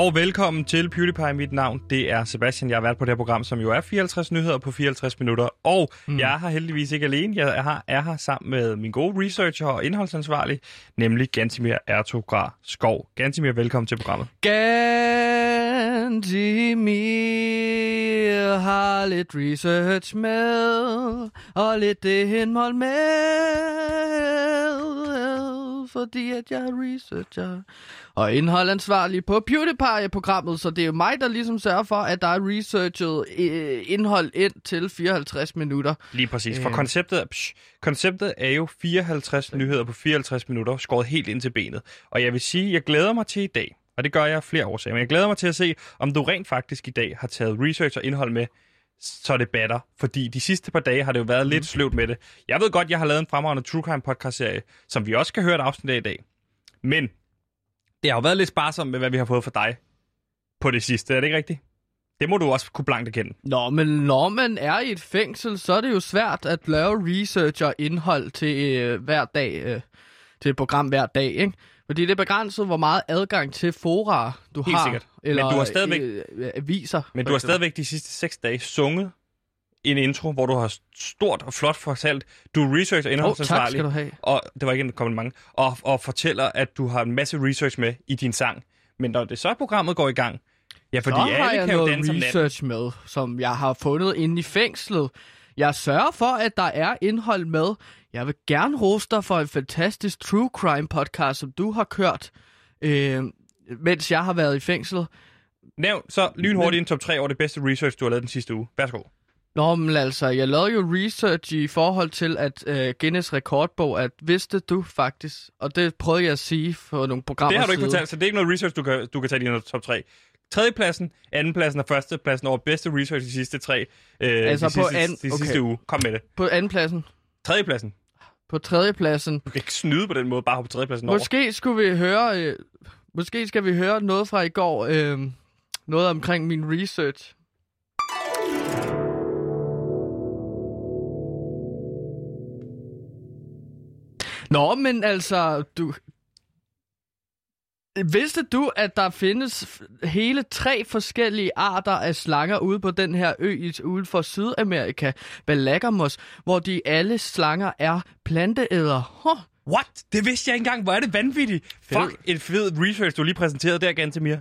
Og velkommen til PewDiePie. Mit navn, det er Sebastian. Jeg har været på det her program, som jo er 54 nyheder på 54 minutter. Og jeg har heldigvis ikke alene. Jeg er her sammen med min gode researcher og indholdsansvarlig, nemlig Gantimir Ertugrar Skov. Gantimir, velkommen til programmet. Gantimir har lidt research med, og lidt det indhold med, fordi at jeg er researcher og indholdansvarlig på PewDiePie-programmet, så det er jo mig, der ligesom sørger for, at der er researchet indhold ind til 54 minutter. Lige præcis, for konceptet er jo 54 nyheder på 54 minutter, skåret helt ind til benet. Og jeg vil sige, jeg glæder mig til i dag, og det gør jeg af flere årsager, men jeg glæder mig til at se, om du rent faktisk i dag har taget research og indhold med, så det batter. Fordi de sidste par dage har det jo været lidt sløvt med det. Jeg ved godt, jeg har lavet en fremragende True Crime podcast-serie, som vi også skal høre et afsnit af i dag. Men det har jo været lidt sparsomt med, hvad vi har fået for dig på det sidste. Er det ikke rigtigt? Det må du også kunne blankt erkende. Nå, men når man er i et fængsel, så er det jo svært at lave research og indhold til hver dag, til et program hver dag, ikke? Fordi det er begrænset, hvor meget adgang til fora du helt har. Sikkert. Eller men du har stadigvæk aviser. Men du har stadigvæk de sidste 6 dage sunget en intro, hvor du har stort og flot fortalt. Du er research- og indholdsansvarlig. Tak skal du have. Og det var ikke en kompliment. Og fortæller, at du har en masse research med i din sang. Men når det så programmet går i gang, ja, fordi så alle har jeg kan jo noget danse research med, som jeg har fundet inde i fængslet. Jeg sørger for, at der er indhold med. Jeg vil gerne rose dig for en fantastisk true crime podcast, som du har kørt, mens jeg har været i fængslet. Nævn så lynhurtigt en top 3 over det bedste research, du har lavet den sidste uge. Værsgo. Nå, men altså, jeg lavede jo research i forhold til, at Guinness rekordbog, at vidste du faktisk, og det prøvede jeg at sige for nogle programmer Det har du ikke siden. fortalt, så det er ikke noget research, du kan tage i din top 3. Tredjepladsen, andenpladsen og førstepladsen over bedste research de sidste 3 sidste uge. Kom med det. På andenpladsen. Tredjepladsen. På tredjepladsen. Du kan ikke snyde på den måde, bare på tredjepladsen Måske skulle vi høre, måske skal vi høre noget fra i går, noget omkring min research. Nå, men altså, vidste du, at der findes hele 3 forskellige arter af slanger ude på den her ø uden for Sydamerika, Balagamos, hvor de alle slanger er planteædere? What? Det vidste jeg ikke engang. Hvor er det vanvittigt. Fuck, et fedt research, du lige præsenterede der, Gantimir.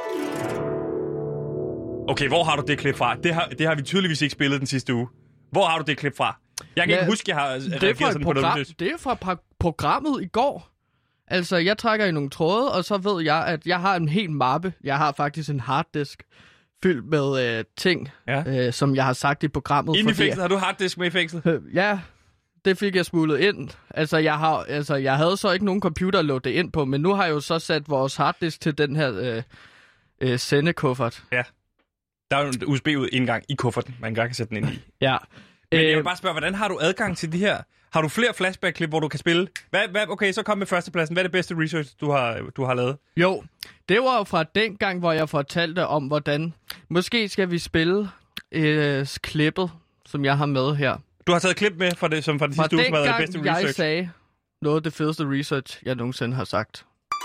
Okay, hvor har du det klip fra? Det har vi tydeligvis ikke spillet den sidste uge. Hvor har du det klip fra? Jeg kan ikke huske, jeg har reageret sådan på noget. Det er fra programmet i går. Altså, jeg trækker i nogle tråde, og så ved jeg, at jeg har en hel mappe. Jeg har faktisk en harddisk fyldt med ting, som jeg har sagt i programmet. Inde i fængslet? Har du harddisk med i fængslet? Ja, det fik jeg smuglet ind. Altså, jeg havde så ikke nogen computer at loade det ind på, men nu har jeg jo så sat vores harddisk til den her sendekuffert. Ja. Der er jo en USB-indgang i kufferten, man kan sætte den ind i. Ja. Men jeg vil bare spørge, hvordan har du adgang til de her? Har du flere flashback-klip, hvor du kan spille? Okay, så kom med førstepladsen. Hvad er det bedste research, du har lavet? Jo, det var jo fra den gang, hvor jeg fortalte om, hvordan... Måske skal vi spille klippet, som jeg har med her. Du har taget klip med fra den sidste uge, som var det bedste research? Jeg sagde noget af det fedeste research, jeg nogensinde har sagt.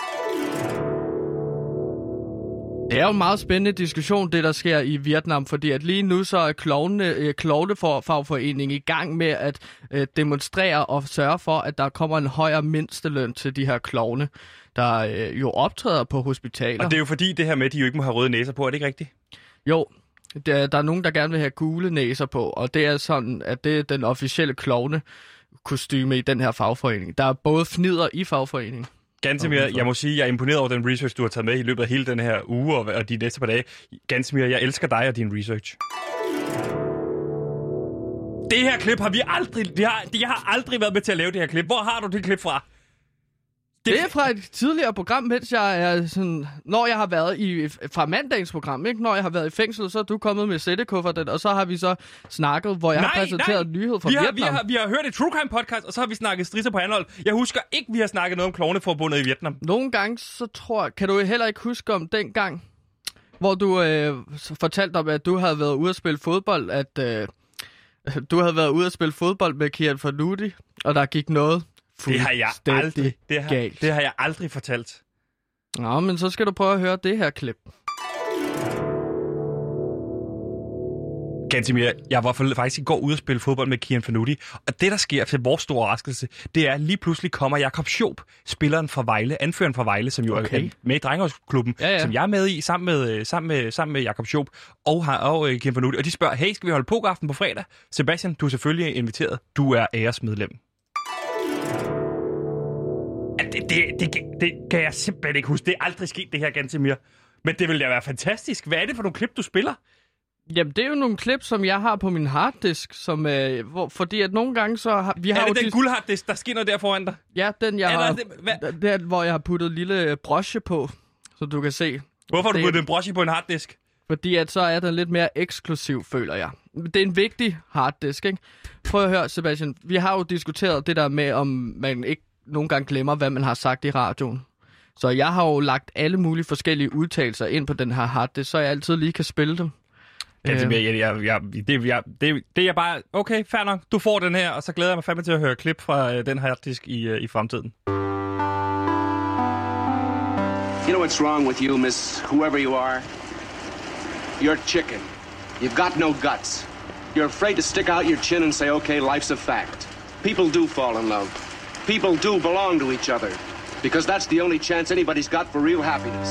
Det er jo en meget spændende diskussion, det der sker i Vietnam, fordi at lige nu så er klovnefagforeningen i gang med at demonstrere og sørge for, at der kommer en højere mindsteløn til de her klovne, der jo optræder på hospitaler. Og det er jo fordi det her med, at de jo ikke må have røde næser på, er det ikke rigtigt? Jo, der er nogen, der gerne vil have gule næser på, og det er sådan, at det er den officielle klovne-kostyme i den her fagforening. Der er både fnider i fagforeningen. Gantimir, jeg må sige, jeg er imponeret over den research, du har taget med i løbet af hele den her uge og de næste par dage. Gantimir, jeg elsker dig og din research. Det her klip har vi aldrig... Jeg har aldrig været med til at lave det her klip. Hvor har du det klip fra? Det er fra et tidligere program, mens jeg er sådan... Når jeg har været fra mandagens program, ikke? Når jeg har været i fængsel, så er du kommet med sættekufferten, og så har vi så snakket, hvor jeg har præsenteret en nyhed fra Vietnam. Vi har hørt et True Crime podcast, og så har vi snakket strisser på anhold. Jeg husker ikke, vi har snakket noget om klovneforbundet i Vietnam. Nogle gange, så kan du heller ikke huske om den gang, hvor du fortalte om, at du havde været ude at spille fodbold, du havde været ude at spille fodbold med Kian Fanuti, og der gik noget det har jeg aldrig, galt. Det har jeg aldrig fortalt. Nå, men så skal du prøve at høre det her klip. Gantemir, jeg var faktisk i går ude at spille fodbold med Kian Fanuti, og det, der sker til vores store overraskelse, det er, at lige pludselig kommer Jakob Schoop, spilleren fra Vejle, anføreren fra Vejle, som jo er med i Drengeårsklubben, som jeg er med i, sammen med Jakob Schoop og Kian Fanuti, og de spørger, hey, skal vi holde pokeraften på fredag? Sebastian, du er selvfølgelig inviteret. Du er æresmedlem. Det kan jeg simpelthen ikke huske. Det er aldrig sket, det her, Gantemir. Men det vil da være fantastisk. Hvad er det for nogle klip, du spiller? Jamen, det er jo nogle klip, som jeg har på min harddisk, som, fordi at nogle gange så har... Vi har er det den guldharddisk, der skinner der foran dig? Ja, den jeg har... Det er, hvor jeg har puttet en lille broche på, så du kan se. Hvorfor har du puttet en broche på en harddisk? Fordi at så er den lidt mere eksklusiv, føler jeg. Det er en vigtig harddisk, ikke? Prøv at høre, Sebastian. Vi har jo diskuteret det der med, om man ikke nogle gange glemmer, hvad man har sagt i radioen. Så jeg har jo lagt alle mulige forskellige udtalelser ind på den her harddisk, så jeg altid lige kan spille dem. Det er bare... Okay, fair nok. Du får den her, og så glæder jeg mig fandme til at høre klip fra den her harddisk i fremtiden. You know what's wrong with you, miss whoever you are? You're chicken. You've got no guts. You're afraid to stick out your chin and say, okay, life's a fact. People do fall in love. People do belong to each other. Because that's the only chance anybody's got for real happiness.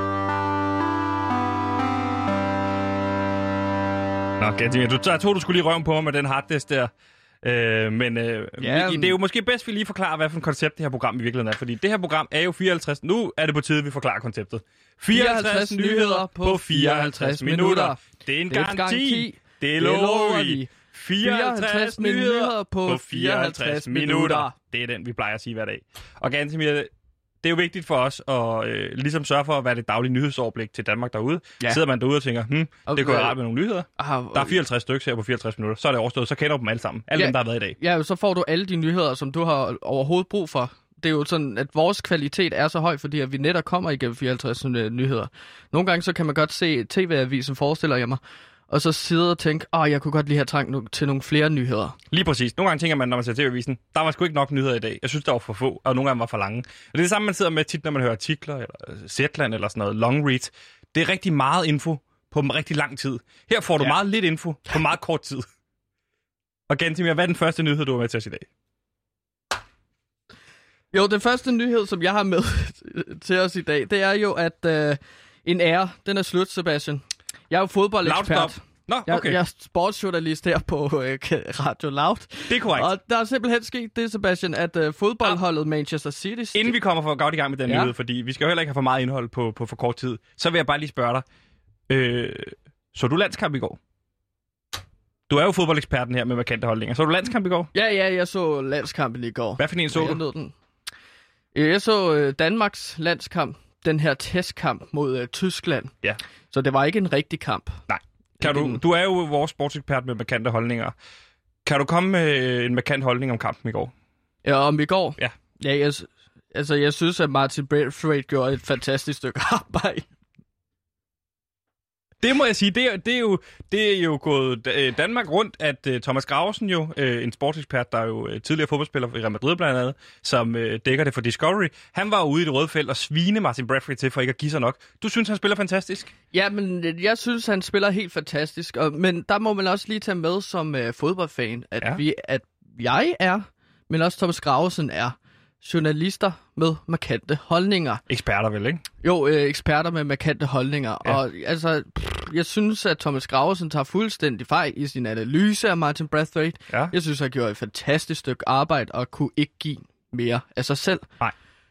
Nå, Gantemir, jeg tror, du skulle lige røve på mig med den harddisk der. Det er jo måske bedst, vi lige forklarer, hvad for et koncept det her program i virkeligheden er. Fordi det her program er jo 54... Nu er det på tide, vi forklarer konceptet. 54 nyheder på 54 minutter. Det er en garanti. Det lover vi. 54 nyheder på 54 minutter. Det er den, vi plejer at sige hver dag. Og Gantemir, det er jo vigtigt for os at ligesom sørge for at være det daglige nyhedsoverblik til Danmark derude. Ja. Sidder man derude og tænker, det kunne være rart med nogle nyheder. Der er 54 stykker her på 54 minutter. Så er det overstået. Så kender du dem alle sammen. Alle dem, der har været i dag. Ja, så får du alle de nyheder, som du har overhovedet brug for. Det er jo sådan, at vores kvalitet er så høj, fordi at vi netop kommer igennem 54 nyheder. Nogle gange så kan man godt se TV-avisen, forestiller jeg mig, og så sidde og tænke, jeg kunne godt lige have trængt til nogle flere nyheder. Lige præcis. Nogle gange tænker man, når man ser TV-avisen, der var sgu ikke nok nyheder i dag. Jeg synes, der var for få, og nogle gange var for lange. Og det er det samme, man sidder med tit, når man hører artikler, eller Zetland, eller sådan noget, long read. Det er rigtig meget info på rigtig lang tid. Her får du meget lidt info på meget kort tid. Og Gantemir, hvad er den første nyhed, du har med til os i dag? Jo, den første nyhed, som jeg har med til os i dag, det er jo, at en ære, den er slut, Sebastian. Jeg er jo fodboldekspert. Nå, okay. Jeg er sportsjournalist her på Radio Loud. Det er korrekt. Og der er simpelthen sket det, Sebastian, at fodboldholdet Manchester City... Inden vi kommer for godt i gang med den nyhed, fordi vi skal jo heller ikke have for meget indhold på for kort tid, så vil jeg bare lige spørge dig. Så du landskamp i går? Du er jo fodboldeksperten her med markante holdninger. Så du landskamp i går? Ja, jeg så landskampen i går. Hvad for en så du? Jeg nød den. Jeg så Danmarks landskamp. Den her testkamp mod Tyskland. Ja. Så det var ikke en rigtig kamp. Nej. Du er jo vores sportsekspert med markante holdninger. Kan du komme med en markant holdning om kampen i går? Ja, om i går? Ja. Jeg synes, at Martin Braithwaite gjorde et fantastisk stykke arbejde. Det må jeg sige, det er jo gået Danmark rundt, at Thomas Gravesen jo, en sportsekspert, der er jo tidligere fodboldspiller i Real Madrid blandt andet, som dækker det for Discovery, han var ude i det røde felt og svine Martin Braithwaite til for ikke at give sig nok. Du synes, han spiller fantastisk? Ja, men jeg synes, han spiller helt fantastisk, men der må man også lige tage med som fodboldfan, at jeg er, men også Thomas Gravesen er, journalister med markante holdninger. Eksperter vel, ikke? Jo, eksperter med markante holdninger. Ja. Og altså, jeg synes, at Thomas Gravesen tager fuldstændig fejl i sin analyse af Martin Braithwaite. Ja. Jeg synes, han gjorde et fantastisk stykke arbejde og kunne ikke give mere af sig selv. Nej.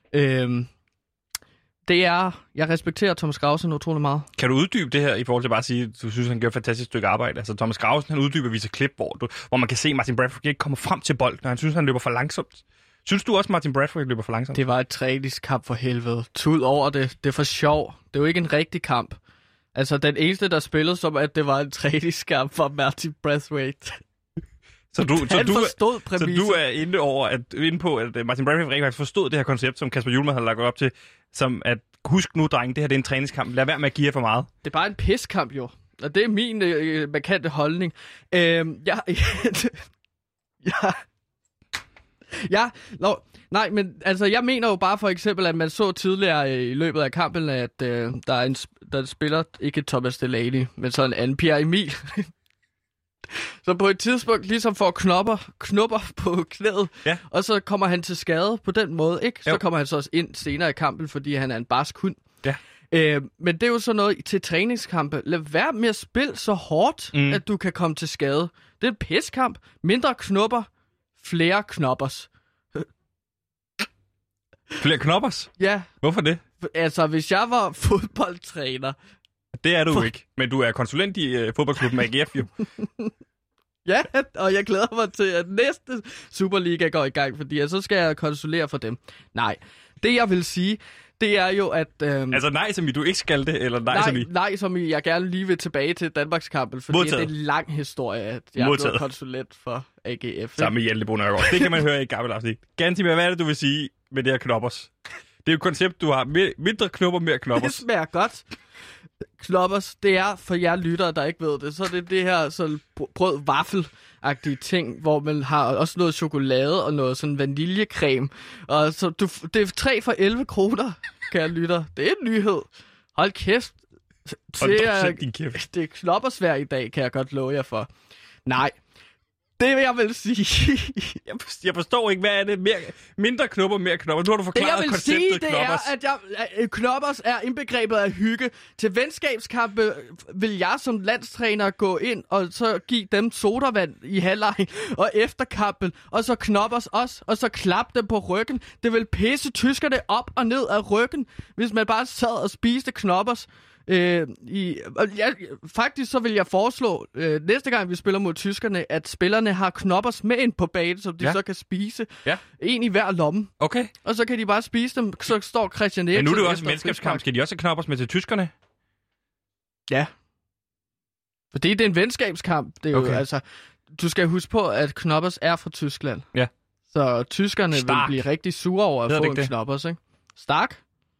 Jeg respekterer Thomas Gravesen utrolig meget. Kan du uddybe det her i forhold til bare at sige, at du synes, han gør et fantastisk stykke arbejde? Altså, Thomas Gravesen, han uddyber viser klip, hvor man kan se, at Martin Braithwaite ikke kommer frem til bolden, når han synes, han løber for langsomt. Synes du også, Martin Braithwaite løber for langsomt? Det var et træningskamp for helvede. Tud over det. Det er for sjov. Det er jo ikke en rigtig kamp. Altså, den eneste, der spillede som, at det var en træningskamp for Martin Braithwaite. Så du er inde på, at Martin Braithwaite rigtig faktisk forstod det her koncept, som Kasper Hjulmand havde lagt op til, som at husk nu, drenge, det her det er en træningskamp. Lad være med at give jer for meget. Det er bare en piskamp, jo. Og det er min markante holdning. Nej, men altså, jeg mener jo bare for eksempel, at man så tidligere i løbet af kampen, at der spiller ikke Thomas Delaney, men så en anden Pierre Emil. Så på et tidspunkt ligesom får knupper på knæet, og så kommer han til skade på den måde, ikke? Så kommer han så også ind senere i kampen, fordi han er en barsk hund. Ja. Men det er jo sådan noget til træningskampe. Lad være med at spille så hårdt, at du kan komme til skade. Det er en piskamp. Mindre knupper, flere knoppers. Flere knoppers? Ja. Hvorfor det? Altså, hvis jeg var fodboldtræner... Det er du ikke, men du er konsulent i fodboldklubben AGF, jo. Ja, og jeg glæder mig til, at næste Superliga går i gang, fordi så skal jeg konsulere for dem. Nej, det jeg vil sige, det er jo, at... Altså nej, som i du ikke skal det, eller nej, som i... Nej, som i jeg gerne lige vil tilbage til Danmarkskampen, fordi det er en lang historie, at jeg er blevet konsulent for AGF. Sammen med Hjalte Bo Nørgaard. Det kan man høre i gammel afsnit. Gantimir, hvad er det, du vil sige med det her knoppers? Det er jo et koncept, du har. Mindre knopper, mere knoppers. Det smager godt. Knoppers, det er for jer lyttere, der ikke ved det, så det er det her sådan brød-vaffel-agtige ting, hvor man har også noget chokolade og noget sådan vaniljecreme. Og så det er 3 for 11 kroner, kære lytter. Det er en nyhed. Hold kæft. Det er knoppersvær i dag, kan jeg godt love jer for. Nej. Det vil jeg vil sige. Jeg forstår ikke, hvad er det? Mindre knopper, mere knopper. Nu har du forklaret konceptet knoppers. Det jeg vil sige, det er, at knoppers er indbegrebet af hygge. Til venskabskampe vil jeg som landstræner gå ind og så give dem sodavand i halvlejen og efter kampen. Og så knoppers også, og så klap dem på ryggen. Det vil pisse tyskerne op og ned af ryggen, hvis man bare sad og spiste knoppers. Faktisk så vil jeg foreslå, næste gang vi spiller mod tyskerne, at spillerne har knoppers med ind på banen, som de så kan spise. Ja. En i hver lomme. Okay. Og så kan de bare spise dem, så står Christian Eriksen. Men nu er det jo også en venskabskamp. Skal de også have knoppers med til tyskerne? Ja. Fordi det er en venskabskamp. Det er jo, altså, du skal huske på, at knoppers er fra Tyskland. Ja. Så tyskerne vil blive rigtig sure over at få en knoppers, ikke? Stark?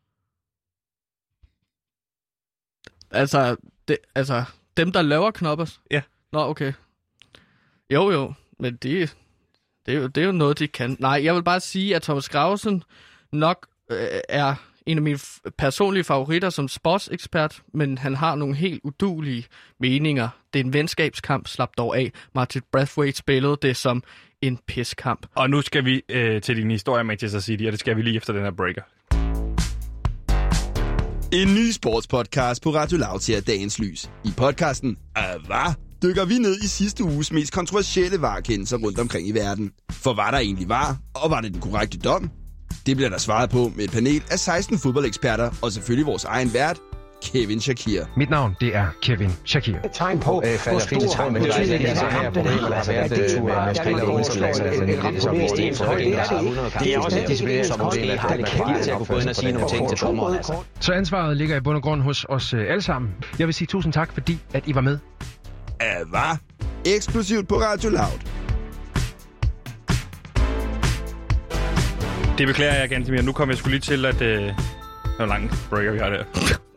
Altså, dem, der laver knoppers? Ja. Nå, okay. Jo, men det er jo noget, de kan. Nej, jeg vil bare sige, at Thomas Gravesen nok er en af mine personlige favoritter som sportsekspert, men han har nogle helt uduelige meninger. Det er en venskabskamp, slap dog af. Martin Brathwaite spillede det som en piskamp. Og nu skal vi til din historie om Manchester City, og det skal vi lige efter den her breaker. En ny sportspodcast på Radio Loud ser dagens lys. I podcasten Hvad? Dykker vi ned i sidste uges mest kontroversielle varekendelser rundt omkring i verden. For hvad der egentlig var, og var det den korrekte dom? Det bliver der svaret på med et panel af 16 fodboldeksperter, og selvfølgelig vores egen vært, Kevin Shakir. Mit navn, det er Kevin Shakir. Et tegn på, hvor stor men det er ikke en kamp, den har været, at det er det er også et disciplin, som måske har det kæmpe til at kunne gå ind og sige nogle ting til dommerne. Så ansvaret ligger i bund og grund hos os alle sammen. Jeg vil sige tusind tak, fordi at I var med. Hvad? Eksplosivt på Radio Loud. Det beklager jeg, Gantemir. Nu kommer jeg sgu lige til, at... Hvor lang breaker vi har der.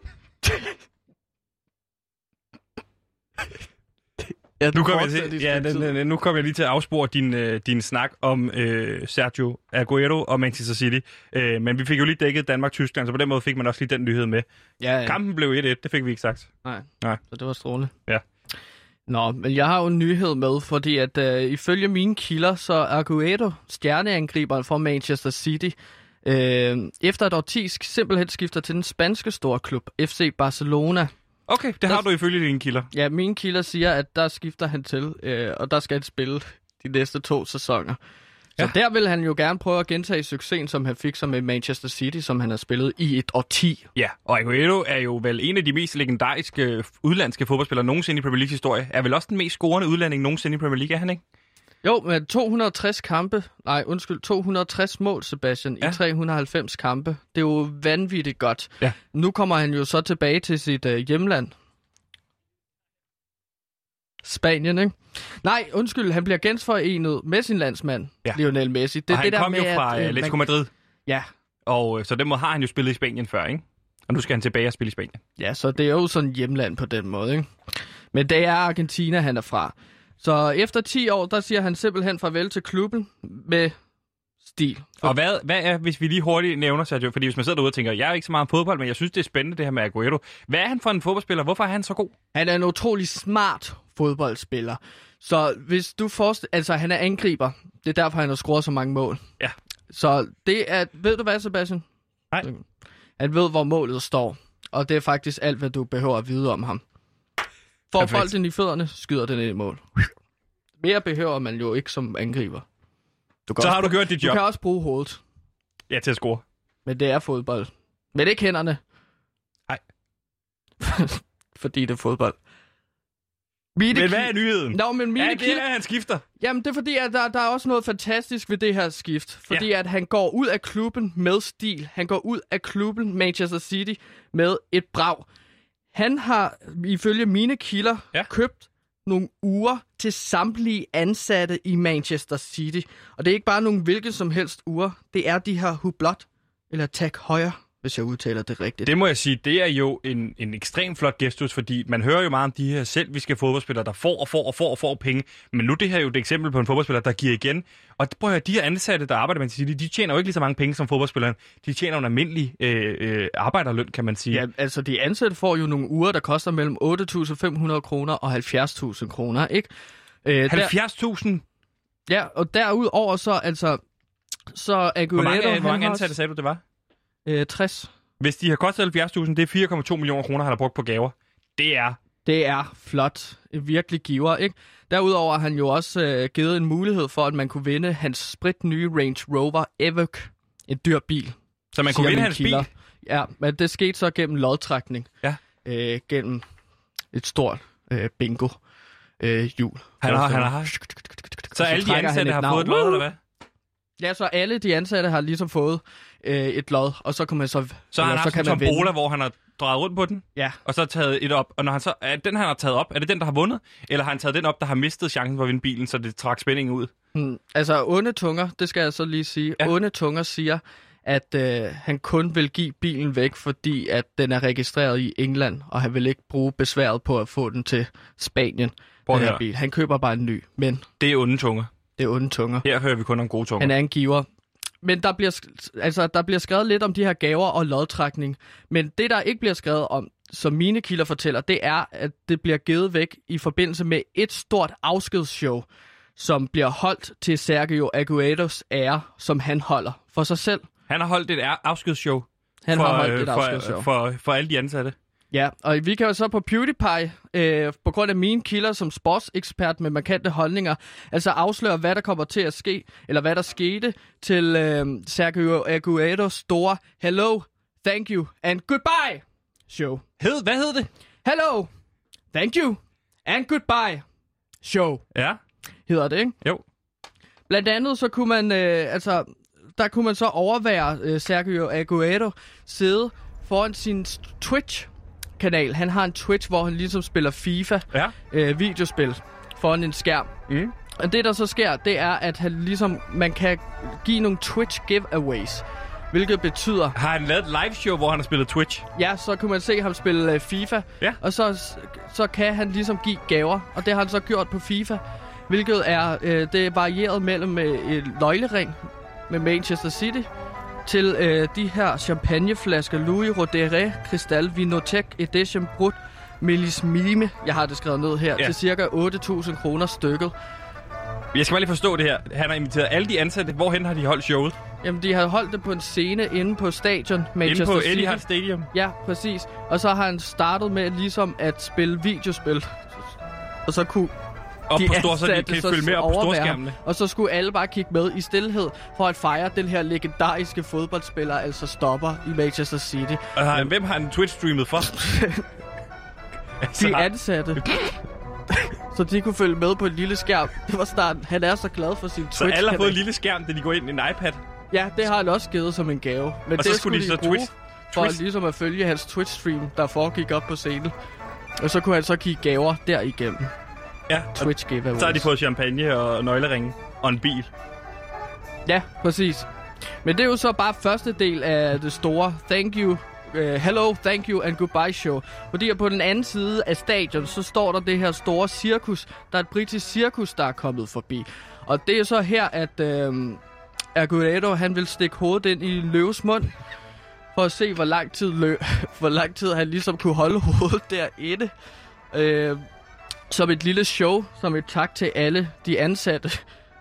Nu kommer jeg lige til at afspore din snak om Sergio Aguero og Manchester City. Men vi fik jo lige dækket Danmark-Tyskland, så på den måde fik man også lige den nyhed med. Ja. Kampen blev 1-1, det fik vi ikke sagt. Nej. Så det var strålende. Ja. Nå, men jeg har jo en nyhed med, fordi at ifølge mine kilder, så Aguero, stjerneangriberen for Manchester City, efter et årti simpelthen skifter til den spanske storklub, FC Barcelona. Okay, det har du ifølge dine kilder. Ja, mine kilder siger, at der skifter han til, og der skal han spille de næste 2 sæsoner. Så der vil han jo gerne prøve at gentage succesen, som han fik som med Manchester City, som han har spillet i et årti. Ja, og Aguero er jo vel en af de mest legendariske udlandske fodboldspillere nogensinde i Premier Leagues historie. Er vel også den mest scorende udlænding nogensinde i Premier League, er han ikke? Jo, med 260 mål, Sebastian, i 390 kampe. Det er jo vanvittigt godt. Ja. Nu kommer han jo så tilbage til sit hjemland. Spanien, ikke? Nej, undskyld, han bliver genforenet med sin landsmand, Lionel Messi. Det, og han kom jo fra Atletico Madrid. Ja. Og så den måde har han jo spillet i Spanien før, ikke? Og nu skal han tilbage og spille i Spanien. Ja, så det er jo sådan hjemland på den måde, ikke? Men det er Argentina, han er fra. Så efter 10 år, der siger han simpelthen farvel til klubben med stil. Og hvad er, hvis vi lige hurtigt nævner, Sergio, fordi hvis man sidder derude og tænker, jeg er ikke så meget om fodbold, men jeg synes, det er spændende det her med Agüero. Hvad er han for en fodboldspiller? Hvorfor er han så god? Han er en utrolig smart fodboldspiller. Så hvis du altså han er angriber. Det er derfor, han har scoret så mange mål. Ja. Så det er, ved du hvad, Sebastian? Nej. Han ved, hvor målet står. Og det er faktisk alt, hvad du behøver at vide om ham. Får bolden i fødderne, skyder den ind i mål. Mere behøver man jo ikke som angriber. Så har du gjort dit job. Du kan også bruge hovedet. Ja, til at score. Men det er fodbold. Men ikke hænderne. Nej. Fordi det er fodbold. Men hvad er nyheden? Nå, men det er, han skifter. Jamen, det er fordi, at der er også noget fantastisk ved det her skift. Fordi at han går ud af klubben med stil. Han går ud af klubben Manchester City med et brag. Han har, ifølge mine kilder, købt nogle uger til samtlige ansatte i Manchester City. Og det er ikke bare nogle hvilket som helst uger. Det er de her Hublot, eller Tag Højre, hvis jeg udtaler det rigtigt. Det må jeg sige, det er jo en ekstrem flot gestus, fordi man hører jo meget om de her selviske fodboldspillere, der får penge. Men nu det her er jo et eksempel på en fodboldspiller, der giver igen. Og prøv at høre, de her ansatte, der arbejder med City, de tjener jo ikke lige så mange penge som fodboldspilleren. De tjener jo en almindelig arbejderløn, kan man sige. Ja, altså de ansatte får jo nogle uger, der koster mellem 8.500 kroner og 70.000 kroner, ikke? 70.000? Ja, og derudover så altså... Så Hvor mange ansatte sagde du, det var? 60. Hvis de har kostet 70.000, det er 4,2 millioner kroner, han har brugt på gaver. Det er flot. Virkelig giver, ikke? Derudover har han jo også givet en mulighed for, at man kunne vinde hans spritnye Range Rover Evoque. En dyr bil. Så man kunne vinde hans bil? Ja, men det skete så gennem lodtrækning. Ja. Gennem et stort bingo hjul. Han har. Så alle de ansatte har fået et lod, eller hvad? Ja, så alle de ansatte har ligesom fået et lod, og så kan man så... Så han har haft en tombola, hvor han har drejet rundt på den, og så taget et op. Og når han så, er den, han har taget op, er det den, der har vundet? Eller har han taget den op, der har mistet chancen for at vinde bilen, så det trak spændingen ud? Altså, onde tunger, det skal jeg så lige sige. Ja. Onde tunger siger, at han kun vil give bilen væk, fordi at den er registreret i England, og han vil ikke bruge besværet på at få den til Spanien, den her bil. Han køber bare en ny, men... Det er onde tunger. Det er onde tunger. Her hører vi kun om gode tunger. Han er en giver. Men der bliver skrevet lidt om de her gaver og lodtrækning. Men det, der ikke bliver skrevet om, som mine kilder fortæller, det er, at det bliver givet væk i forbindelse med et stort afskedsshow, som bliver holdt til Sergio Agueros ære, som han holder for sig selv. Han har holdt et afskedsshow for alle de ansatte. Ja, og vi kan jo så på PewDiePie, på grund af mine kilder som sportsekspert med markante holdninger, altså afsløre, hvad der kommer til at ske, eller hvad der skete til Sergio Agueros store Hello, Thank You and Goodbye show. Hvad hed det? Hello, Thank You and Goodbye show. Ja. Hedder det, ikke? Jo. Blandt andet så kunne man, der kunne man så overvære Sergio Aguero sidde foran sin Twitch-kanal. Han har en Twitch, hvor han ligesom spiller FIFA, videospil, foran en skærm. Mm. Og det, der så sker, det er, at man kan give nogle Twitch-giveaways. Hvilket betyder... Har han lavet et liveshow, hvor han har spillet Twitch? Ja, så kunne man se ham spille FIFA. Ja. Og så kan han ligesom give gaver. Og det har han så gjort på FIFA. Hvilket er det er varieret mellem et løglering med Manchester City til de her champagneflasker Louis Roederer Cristal Vinotec Edition Brut Millismime. Jeg har det skrevet ned her. Til cirka 8.000 kroner stykket. Jeg skal bare lige forstå det her. Han har inviteret alle de ansatte. Hvorhen har de holdt showet? Jamen, de har holdt det på en scene inde på stadion. Manchester City. Inde på Etihad Stadium? Ja, præcis. Og så har han startet med ligesom at spille videospil. Og så kunne op på stor, så de kan følge med op på storskærmene. Og så skulle alle bare kigge med i stilhed for at fejre den her legendariske fodboldspiller, altså stopper i Manchester City. Og hvem har han Twitch-streamet for? De ansatte. Så de kunne følge med på en lille skærm. Det var starten. Han er så glad for sin Twitch. Så alle har fået en lille skærm, da de går ind i en iPad? Ja, det har han også givet som en gave. Men og det så skulle de så bruge for ligesom at følge hans Twitch-stream, der foregik op på scenen. Og så kunne han så give gaver derigennem. Ja, Twitch giveaways. Så har de fået champagne og nøgleringe og en bil. Ja, præcis. Men det er jo så bare første del af det store Hello, Thank You and Goodbye show. Fordi på den anden side af stadion, så står der det her store cirkus. Der er et britisk cirkus, der er kommet forbi. Og det er så her, at Aguero, han vil stikke hovedet ind i løves mund, for at se, hvor lang tid han ligesom kunne holde hovedet derinde. Som et lille show, som et tak til alle de ansatte.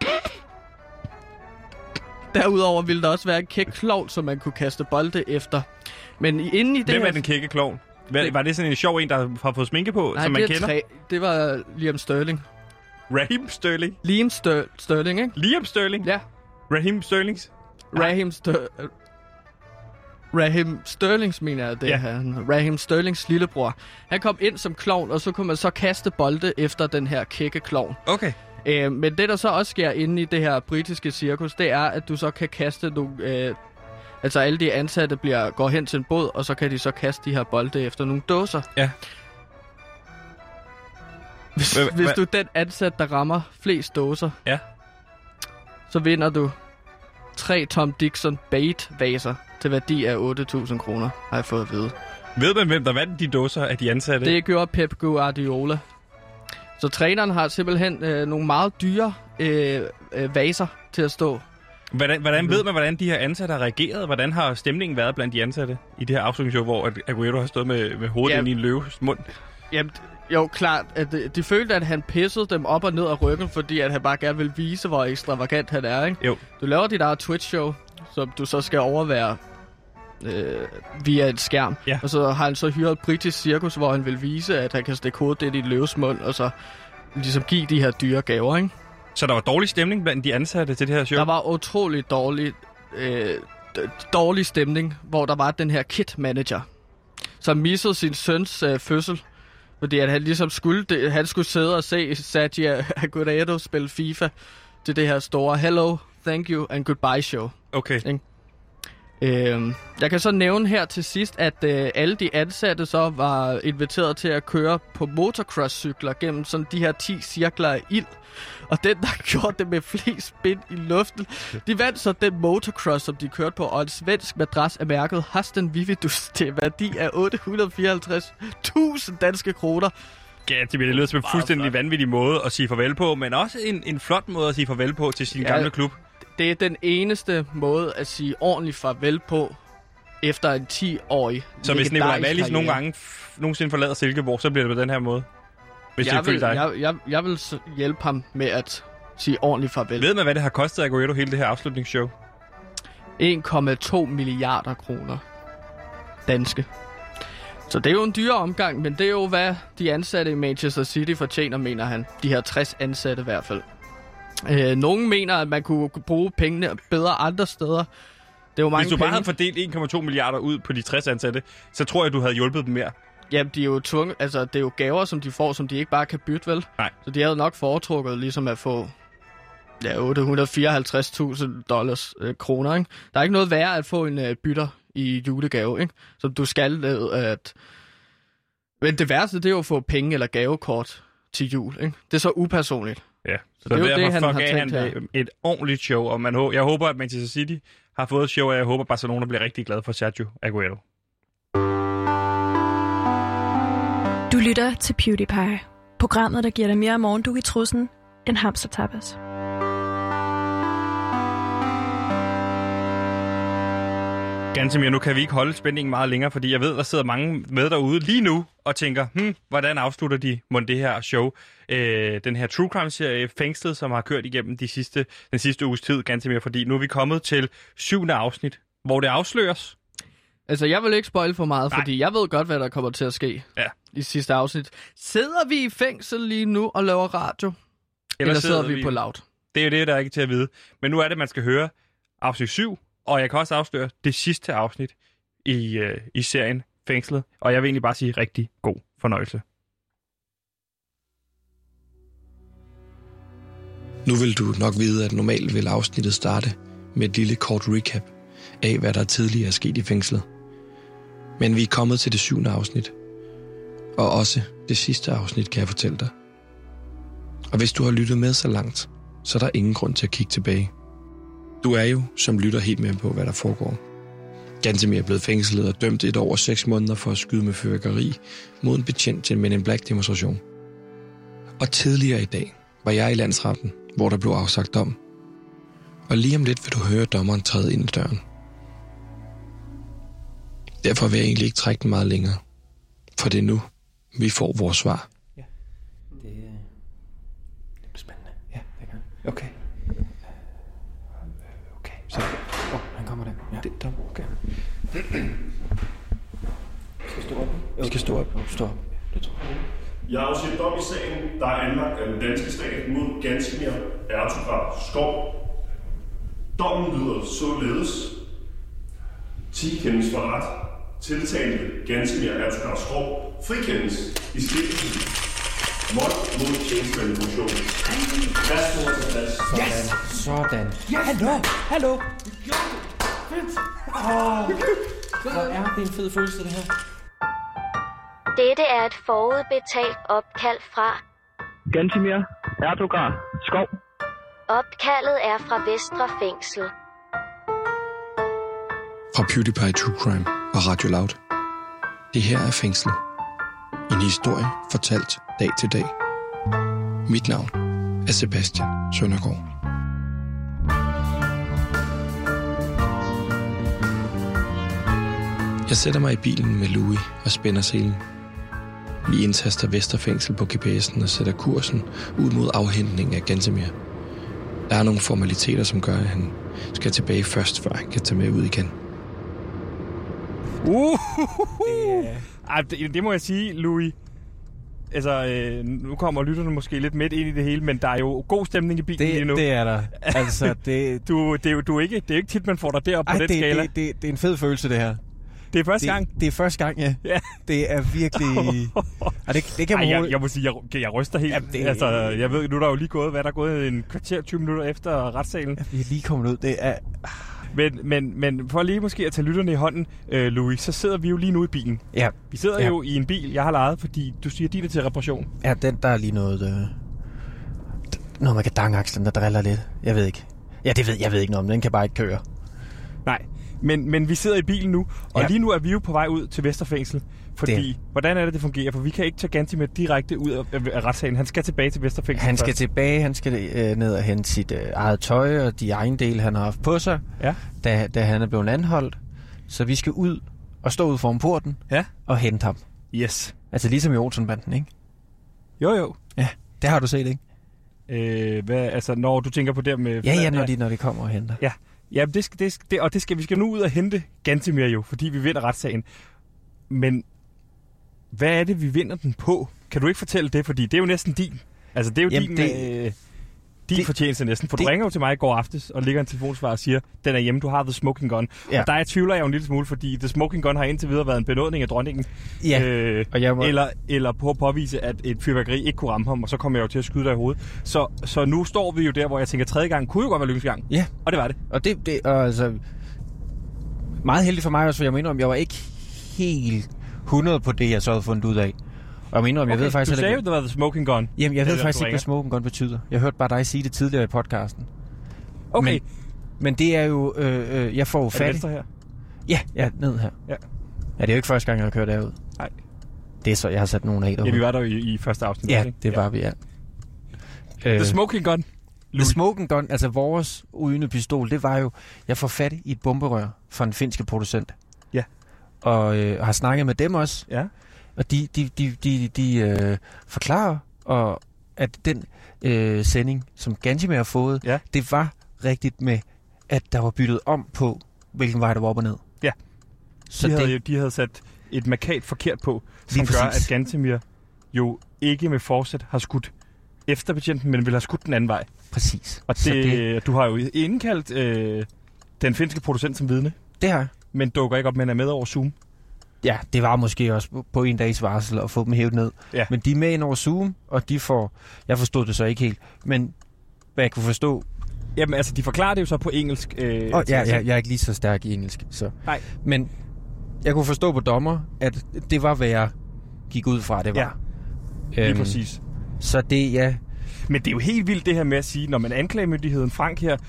Derudover ville der også være en kæk klovn, som man kunne kaste bolde efter. Men inden i det Hvem er den kække klovn? Var det sådan en sjov en, der har fået sminke på, nej, som man kender? Det var Liam Sterling. Raheem Sterling? Liam Sterling, ikke? Liam Sterling? Ja. Raheem Sterlings? Raheem Sterlings, mener jeg, det er han. Raheem Sterlings lillebror. Han kom ind som klovn, og så kunne man så kaste bolde efter den her kække klovn. Okay. Men det, der så også sker inde i det her britiske cirkus, det er, at du så kan kaste nogle... altså alle de ansatte går hen til en båd, og så kan de så kaste de her bolde efter nogle dåser. Ja. Hvis du er den ansat, der rammer flest dåser, så vinder du 3 Tom Dixon bait-vaser til værdi af 8.000 kroner, har jeg fået at vide. Ved man, hvem der vandt de dåser af de ansatte? Det gjorde Pep Guardiola. Så træneren har simpelthen nogle meget dyre vaser til at stå. Hvordan ved man, hvordan de her ansatte har reageret? Hvordan har stemningen været blandt de ansatte i det her afslutningsshow, hvor Aguero har stået med hovedet ind i en løves mund? Jamen, jo, klart. At de følte, at han pissede dem op og ned af ryggen, fordi at han bare gerne vil vise, hvor ekstravagant han er, ikke? Jo. Du laver dit eget Twitch-show, som du så skal overvære via en skærm. Ja. Og så har han så hyret et britisk cirkus, hvor han vil vise, at han kan stikke hovedet ind i en løves mund, og så ligesom give de her dyre gaver, ikke? Så der var dårlig stemning blandt de ansatte til det her show? Der var utrolig dårlig stemning, hvor der var den her kit-manager, som missede sin søns fødsel, fordi at han ligesom han skulle sidde og se Sergio Aguero spille FIFA til det her store Hello, Thank You and Goodbye show. Okay. Jeg kan så nævne her til sidst, at alle de ansatte så var inviteret til at køre på motocross-cykler gennem sådan de her 10 cirkler af ild. Og den, der gjorde det med flest spin i luften, de vandt så den motocross, som de kørte på, og en svensk madras af mærket Hasten Vividus til værdi af 854.000 danske kroner. Ja, det lyder som en fuldstændig vanvittig måde at sige farvel på, men også en flot måde at sige farvel på til sin gamle klub. Det er den eneste måde at sige ordentligt farvel på efter en 10-årig. Så hvis Nicolai Wallis nogle gange nogensinde forlader Silkeborg, så bliver det på den her måde? Hvis jeg vil hjælpe ham med at sige ordentligt farvel. Ved man, hvad det har kostet Aguero hele det her afslutningsshow? 1,2 milliarder kroner danske. Så det er jo en dyre omgang, men det er jo, hvad de ansatte i Manchester City fortjener, mener han. De her 60 ansatte i hvert fald. Nogen mener, at man kunne bruge pengene bedre andre steder. Det er jo mange Hvis du bare havde fordelt 1,2 milliarder ud på de 60 ansatte, så tror jeg, du havde hjulpet dem mere. Jamen, de er jo tvunget, altså det er jo gaver, som de får, som de ikke bare kan bytte, vel? Nej. Så de havde nok foretrukket ligesom at få $854.000 kroner, ikke? Der er ikke noget værre at få en bytter i julegave, ikke? Som du skal at... Men det værste, det er jo at få penge eller gavekort til jul, ikke? Det er så upersonligt. Ja, så det er jo det, han har tænkt her. Et ordentligt show, og jeg håber, at Manchester City har fået et show, og jeg håber, at Barcelona bliver rigtig glad for Sergio Aguero. Du lytter til PewDiePie, programmet, der giver dig mere morgendug i trussen end hamstertapas. Gantemir, nu kan vi ikke holde spændingen meget længere, fordi jeg ved, der sidder mange med derude lige nu og tænker, hvordan afslutter de det her show? Den her True Crime-serie Fængslet, som har kørt igennem den sidste uges tid, Gantemir, fordi nu er vi kommet til 7. afsnit, hvor det afsløres. Altså, jeg vil ikke spoil for meget, fordi jeg ved godt, hvad der kommer til at ske i sidste afsnit. Sidder vi i fængsel lige nu og laver radio? Eller sidder vi på loud? Det er jo det, der er ikke til at vide. Men nu er det, man skal høre afsnit 7, og jeg kan også afsløre det sidste afsnit i serien Fængslet. Og jeg vil egentlig bare sige rigtig god fornøjelse. Nu vil du nok vide, at normalt vil afsnittet starte med et lille kort recap af, hvad der tidligere er sket i fængslet. Men vi er kommet til det 7. afsnit. Og også det sidste afsnit, kan jeg fortælle dig. Og hvis du har lyttet med så langt, så er der ingen grund til at kigge tilbage. Du er jo, som lytter, helt med på, hvad der foregår. Gantemir er blevet fængslet og dømt 1 år og 6 måneder for at skyde med fyrværkeri mod en betjent til en Men in Black demonstration. Og tidligere i dag var jeg i landsretten, hvor der blev afsagt dom. Og lige om lidt vil du høre dommeren træde ind i døren. Derfor vil jeg egentlig ikke trække den meget længere. For det er nu, vi får vores svar. Ja, det er spændende. Ja, det kan. Okay. Okay, så... han kommer der. Ja. Det er okay. Skal stå op? Vi skal stå op. Stå op. Det tror jeg. Jeg har afsat dom i sagen, der er anlagt af den danske stat mod Gansimir Ertugrad Skov. Dommen lyder således. 10 kendes for ret. Tiltalte Gansimir Ertugrad Skov frikendes i stiftelsen vold mod tjenestemandsfunktion. Værsgo til plads. Yes! Sådan. Ja, hallo! Fedt! Hvor er det en fed følelse, det her. Dette er et forudbetalt opkald fra Gansimir Ertugrad Skov. Opkaldet er fra Vestre Fængsel. Fra PewDiePie True Crime og Radio Loud. Det her er Fængslet. En historie fortalt dag til dag. Mit navn er Sebastian Søndergaard. Jeg sætter mig i bilen med Louis og spænder selen. Vi indtaster Vestre Fængsel på GPS'en og sætter kursen ud mod afhentning af Gansimir. Der er nogle formaliteter, som gør, at han skal tilbage først, før han kan tage med ud igen. Det må jeg sige, Louis. Altså, nu kommer lytterne måske lidt midt ind i det hele, men der er jo god stemning i bilen lige nu. Det er der. Altså, det... Det er ikke tit, man får dig deroppe på den skala. Det er en fed følelse, det her. Det er første gang? Det er første gang, ja. Det er virkelig... det kan man jeg må sige, jeg ryster helt. Ja, altså, jeg ved, nu er der jo lige gået, hvad der er gået en kvarter, 20 minutter efter retssalen. Ja, vi er lige kommet ud. Det er... Men for lige måske at tage lytterne i hånden, Louis, så sidder vi jo lige nu i bilen. Ja. Vi sidder jo i en bil, jeg har lejet, fordi du siger, din er til reparation. Ja, der er lige noget... noget med kardangakslen, der driller lidt. Jeg ved ikke. Ja, jeg ved ikke noget om. Den kan bare ikke køre. Nej. Men vi sidder i bilen nu, og lige nu er vi jo på vej ud til Vestre Fængsel. Fordi, hvordan er det fungerer? For vi kan ikke tage Gansimir direkte ud af retssagen. Han skal tilbage til Vestre Fængsel. Han skal tilbage, han skal ned og hente sit eget tøj og de ejendele, han har haft på sig, da han er blevet anholdt. Så vi skal ud og stå ud foran porten og hente ham. Yes. Altså ligesom i Olsenbanden, ikke? Jo. Ja, det har du set, ikke? Når du tænker på det med... Ja, når de kommer og henter. Ja, vi skal nu ud og hente Gansimir jo, fordi vi vinder retssagen. Men hvad er det, vi vinder den på? Kan du ikke fortælle det? Fordi det er jo næsten din. Altså, det er jo din fortjeneste næsten. For du ringer jo til mig i går aftes og ligger en telefonsvar og siger, den er hjemme, du har The Smoking Gun. Ja. Og der tvivler jeg jo en lille smule, fordi The Smoking Gun har indtil videre været en benådning af dronningen. Ja. Eller på at påvise, at et fyrværkeri ikke kunne ramme ham, og så kommer jeg jo til at skyde dig i hovedet. Så nu står vi jo der, hvor jeg tænker, tredje gang kunne jo godt være lykkens gang. Ja. Og det var det. Og altså... Meget heldigt for mig også, for jeg mener, om jeg var ikke helt 100 på det, jeg så havde fundet ud af. Og jeg mener, jeg ved faktisk... Du sagde jo, det var The Smoking Gun. Jamen, jeg ved faktisk ikke, hvad Smoking Gun betyder. Jeg hørte bare dig sige det tidligere i podcasten. Okay. Men det er jo... jeg får jo fat i... her? Ja, ned her. Ja, det er jo ikke første gang, jeg har kørt derud. Nej. Det er så, jeg har sat nogen af derude. Ja, vi var der i første afsnit. Ja, det var vi, The Smoking Gun. The Smoking Gun, altså vores ugende pistol, det var jo... Jeg får fat i et bomberør fra en finske producent. Ja. Og har snakket med dem også. Ja. Og de forklarer, at den sending, som Gansimir har fået, det var rigtigt med, at der var byttet om på, hvilken vej der var op og ned. Ja. Så de havde sat et markat forkert på, som gør, at Gansimir jo ikke med forsæt har skudt efter betjenten, men vil have skudt den anden vej. Præcis. Og du har jo indkaldt den finske producent som vidne. Det har jeg. Men dukker ikke op, men er med over Zoom. Ja, det var måske også på en dags varsel at få dem hævet ned. Ja. Men de er med ind over Zoom, og de får... Jeg forstod det så ikke helt, men hvad jeg kunne forstå... Jamen altså, de forklarer det jo så på engelsk. Jeg er ikke lige så stærk i engelsk, så... Nej. Men jeg kunne forstå på dommer, at det var, hvad jeg gik ud fra, det var. Ja, lige præcis. Så det, Men det er jo helt vildt det her med at sige, når man anklagemyndigheden, Frank her...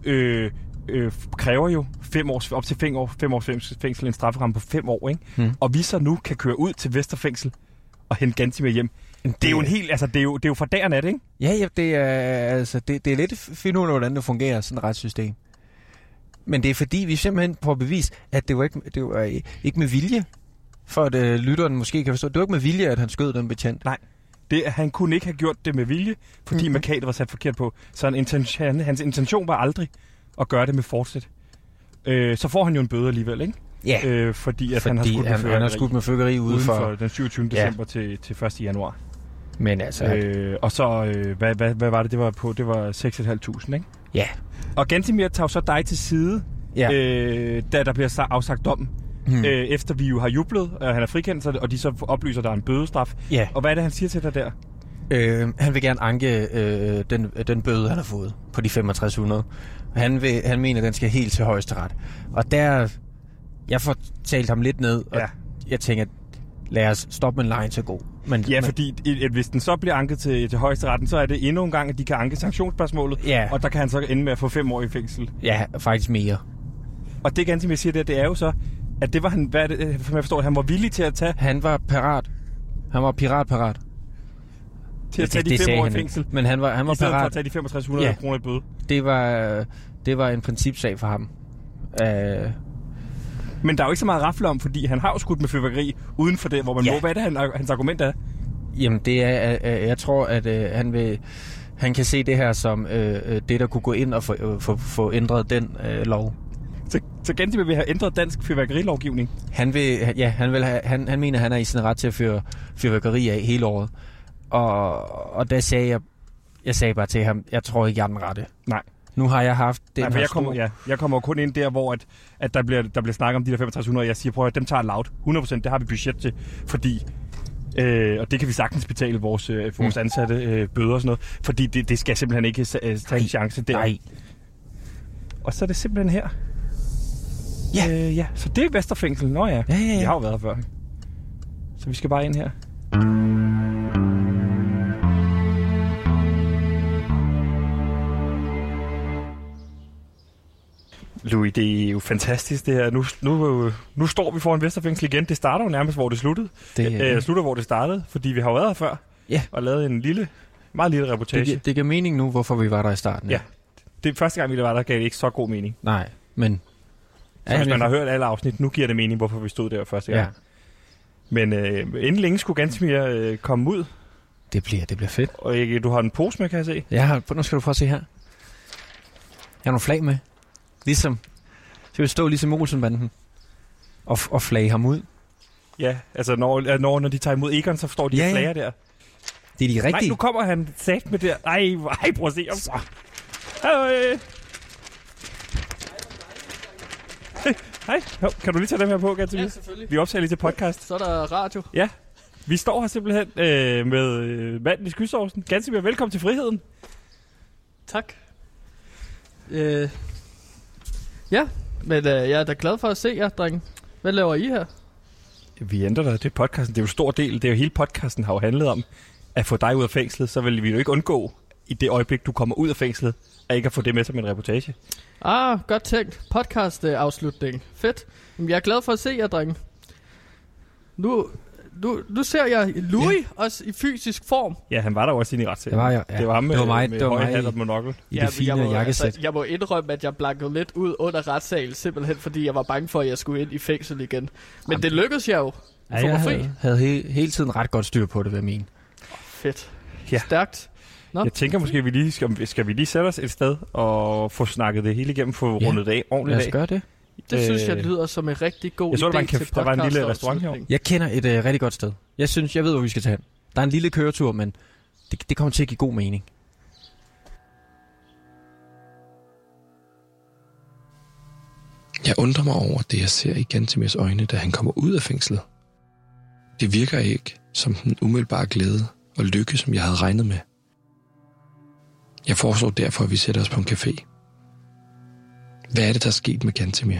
kræver jo 5 år, op til 5 års fængsel, en strafferamme på 5 år, ikke? Og vi så nu kan køre ud til Vestre Fængsel og hente Gantimir hjem. Det er jo en helt, altså det er jo for dag og nat, ikke? Ja, det er lidt at finde ud af, hvordan det fungerer, sådan et retssystem. Men det er fordi, vi simpelthen får bevis, at det var ikke med vilje, for at lytteren måske kan forstå. Det var ikke med vilje, at han skød den betjent. Nej, han kunne ikke have gjort det med vilje, fordi markadet var sat forkert på. Så hans intention var aldrig at gøre det med forsæt. Så får han jo en bøde alligevel, ikke? Ja, fordi han har skudt med fyrværkeri uden for den 27. december til 1. januar. Men altså... og så, hvad var det, det var på? Det var 6.500, ikke? Ja. Og Gantimir tager så dig til side, da der bliver afsagt dommen. Efter vi jo har jublet, og han er frikendt, og de så oplyser, at der er en bødestraf. Ja. Og hvad er det, han siger til dig der? Han vil gerne anke den bøde, han har fået på de 6500. Han mener, at den skal helt til højesteret. Og der... Jeg får talt ham lidt ned, og jeg tænker, lad os stoppe med en line så god. Fordi hvis den så bliver anket til højesteretten, så er det endnu en gang, at de kan anke sanktionsspørgsmålet, og der kan han så ende med at få 5 år i fængsel. Ja, faktisk mere. Og det Gantimir siger der, det er jo så, at det var han, hvad er det, som jeg forstår, han var villig til at tage... Han var parat. Han var piratparat. Til at tage de 5 år i fængsel. Men han var parat. I stedet for at tage de 6500 kroner i bøde. Det var en principsag for ham. Men der er jo ikke så meget rafle om, fordi han har jo skudt med fyrværkeri uden for det, hvor man må. Hvad er det, hans argument er? Jamen, det er, jeg tror, at han kan se det her som det, der kunne gå ind og få ændret den lov. Så Gantimir vil have ændret dansk fyrværkerilovgivning? Han mener, han er i sin ret til at føre fyrværkeri af hele året. Og der sagde jeg sagde bare til ham, jeg tror ikke, jeg er den rette. Nej. Nu har jeg haft den jeg kommer kun ind der, hvor at der bliver snakket om de der 6500, og jeg siger, prøv at dem tager loud. 100%, det har vi budget til, fordi... og det kan vi sagtens betale vores ansatte bøder og sådan noget, fordi det skal simpelthen ikke tage en chance der. Nej. Og så er det simpelthen her. Ja. Så det er Vesterfængsel. Nå ja. Jeg har jo været her før. Så vi skal bare ind her. Louis, det er jo fantastisk det her. Nu står vi foran Vesterfængsel igen. Det starter jo nærmest, hvor det sluttede. Det slutter, hvor det startede, fordi vi har jo været her før. Ja. Og lavet en meget lille reportage. Det giver mening nu, hvorfor vi var der i starten. Ja. Det første gang, vi var der, gav det ikke så god mening. Nej, men... Så hvis man har hørt alle afsnit, nu giver det mening, hvorfor vi stod der første gang. Ja. Men inden længe skulle Gantimir komme ud. Det bliver fedt. Og du har en pose med, kan jeg se. Nu skal du prøve at se her. Jeg har nogle flag med. Ligesom. Så vi stå ligesom Olsenbanden. Og flage ham ud. Ja, altså når de tager imod Egon, så står de flager der. Det er de rigtige. Nej, nu kommer han sat med der. Ej, prøv at se. Så. Hej. Kan du lige tage dem her på, Gantimir? Ja, selvfølgelig. Vi optager lige til podcast. Så er der radio. Ja. Vi står her simpelthen med manden i skysovsen. Gantimir, velkommen til Friheden. Tak. Ja, men jeg er da glad for at se jer, drenge. Hvad laver I her? Vi ændrer dig. Det er podcasten. Det er jo en stor del. Det er jo hele podcasten har jo handlet om at få dig ud af fængslet. Så vil vi jo ikke undgå i det øjeblik, du kommer ud af fængslet, at ikke at få det med som en reportage. Godt tænkt. Podcast-afslutning. Fedt. Jamen, jeg er glad for at se jer, drenge. Nu ser jeg Louis også i fysisk form. Ja, han var der også inde i retssagen. Det var jeg. Ja. Det var ham med høje hat og monokkel. I det fine jakkesæt. Jeg må indrømme, at jeg blankede lidt ud under retssalen, simpelthen fordi jeg var bange for, at jeg skulle ind i fængsel igen. Men det lykkedes jeg jo. Jeg havde hele tiden ret godt styr på det, hvad min. Fedt. Ja. Stærkt. Nå. Jeg tænker måske, skal vi lige sætte os et sted og få snakket det hele igennem, få rundet det af ordentligt af. Lad os gøre det. Det synes jeg lyder som en rigtig god idé til podcast. Der var en lille restaurant her. Jeg kender et rigtig godt sted. Jeg ved, hvor vi skal tage hen. Der er en lille køretur, men det kommer til at give god mening. Jeg undrer mig over det, jeg ser i Gantimirs øjne, da han kommer ud af fængslet. Det virker ikke som den umiddelbare glæde og lykke, som jeg havde regnet med. Jeg foreslår derfor, at vi sætter os på en café. Hvad er det, der er sket med Gantimir?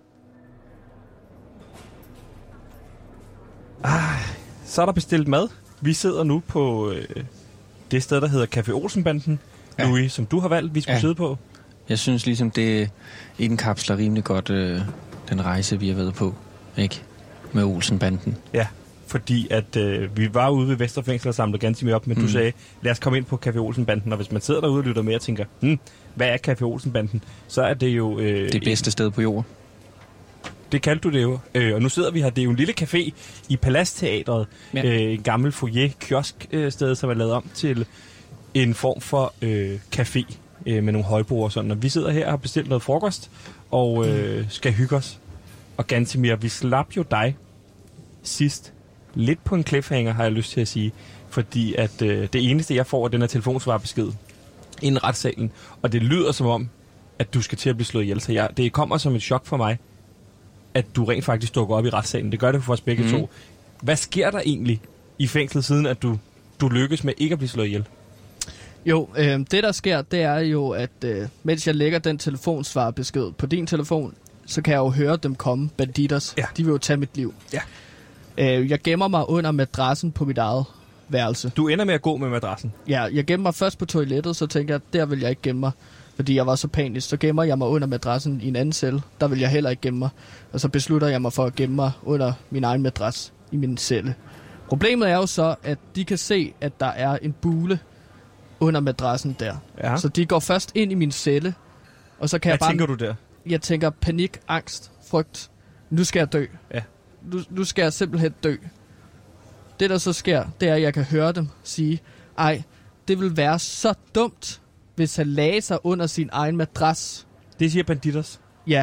Så er der bestilt mad. Vi sidder nu på det sted, der hedder Café Olsenbanden. Ja. Louis, som du har valgt, vi skulle sidde på. Jeg synes ligesom, det indkapsler rimelig godt den rejse, vi har været på. Ikke? Med Olsenbanden. Ja, fordi at vi var ude ved Vestre Fængsel og samlede Gansimir op, men du sagde, lad os komme ind på Café Olsen-banden, og hvis man sidder derude og lytter med og tænker, hvad er Café Olsen-banden, så er det jo... det bedste sted på jorden. Det kaldte du det jo. Og nu sidder vi her. Det er jo en lille café i Palastteatret. Ja. En gammel foyer-kiosk-sted, som er lavet om til en form for café med nogle højbord og sådan. Og vi sidder her og har bestilt noget frokost og skal hygge os. Og Gansimir, vi slap jo dig sidst lidt på en cliffhanger, har jeg lyst til at sige. Fordi at det eneste, jeg får af den her telefonsvarbesked inden retssalen, og det lyder som om, at du skal til at blive slået ihjel. Så det kommer som et chok for mig, at du rent faktisk dukker op i retssalen. Det gør det for os begge to. Hvad sker der egentlig i fængslet, siden at du lykkes med ikke at blive slået ihjel? Jo, det der sker, det er jo, at mens jeg lægger den telefonsvarbesked på din telefon, så kan jeg jo høre dem komme, banditters. Ja. De vil jo tage mit liv. Ja. Jeg gemmer mig under madrassen på mit eget værelse. Du ender med at gå med madrassen? Ja, jeg gemmer mig først på toilettet, så tænker jeg, der vil jeg ikke gemme mig, fordi jeg var så panisk. Så gemmer jeg mig under madrassen i en anden celle. Der vil jeg heller ikke gemme mig. Og så beslutter jeg mig for at gemme mig under min egen madras i min celle. Problemet er jo så, at de kan se, at der er en bule under madrassen der. Ja. Så de går først ind i min celle, og så kan jeg bare... Hvad tænker du der? Jeg tænker panik, angst, frygt. Nu skal jeg dø. Ja. Nu skal jeg simpelthen dø. Det der så sker, det er, at jeg kan høre dem sige, ej, det vil være så dumt, hvis han lagde sig under sin egen madras. Det siger banditters? Ja.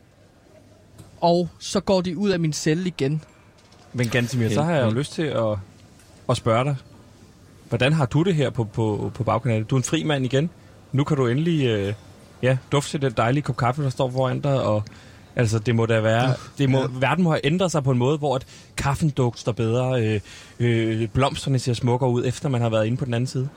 Og så går de ud af min celle igen. Men Gansimir, så har jeg jo lyst til at spørge dig. Hvordan har du det her på bagkanalen? Du er en fri mand igen. Nu kan du endelig dufte til den dejlige kop kaffe, der står foran dig. Og altså, det må da være... Verden må have ændret sig på en måde, hvor at kaffen dufter bedre. Blomsterne ser smukkere ud, efter man har været inde på den anden side.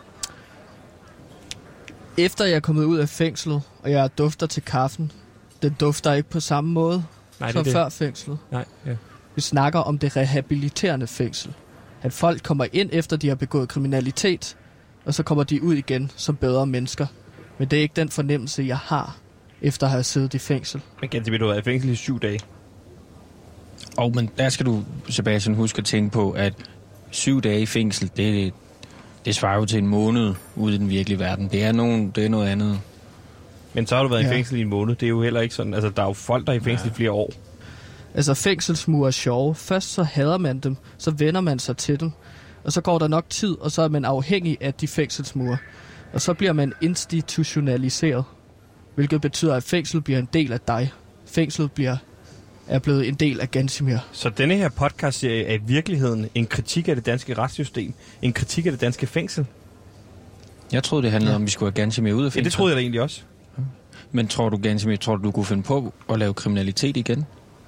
Efter jeg er kommet ud af fængslet, og jeg dufter til kaffen, den dufter ikke på samme måde som før fængslet. Nej, ja. Vi snakker om det rehabiliterende fængsel. At folk kommer ind, efter de har begået kriminalitet, og så kommer de ud igen som bedre mennesker. Men det er ikke den fornemmelse, jeg har, efter at have siddet i fængsel. Men Gansimir, du har været i fængsel i 7 dage. Men der skal du, Sebastian, huske at tænke på, at 7 dage i fængsel, det svarer jo til en måned ude i den virkelige verden. Det er noget andet. Men så har du været i fængsel i en måned. Det er jo heller ikke sådan... Altså, der er jo folk, der er i fængsel i flere år. Altså, fængselsmure er sjove. Først så hader man dem, så vender man sig til dem. Og så går der nok tid, og så er man afhængig af de fængselsmure. Og så bliver man institutionaliseret. Hvilket betyder, at fængsel bliver en del af dig. Fængslet er blevet en del af Gansimir. Så denne her podcast-serie er i virkeligheden en kritik af det danske retssystem. En kritik af det danske fængsel. Jeg troede, det handlede om, at vi skulle have Gansimir ud af fængsel. Ja, det troede jeg da egentlig også. Men tror du, Gansimir, du kunne finde på at lave kriminalitet igen?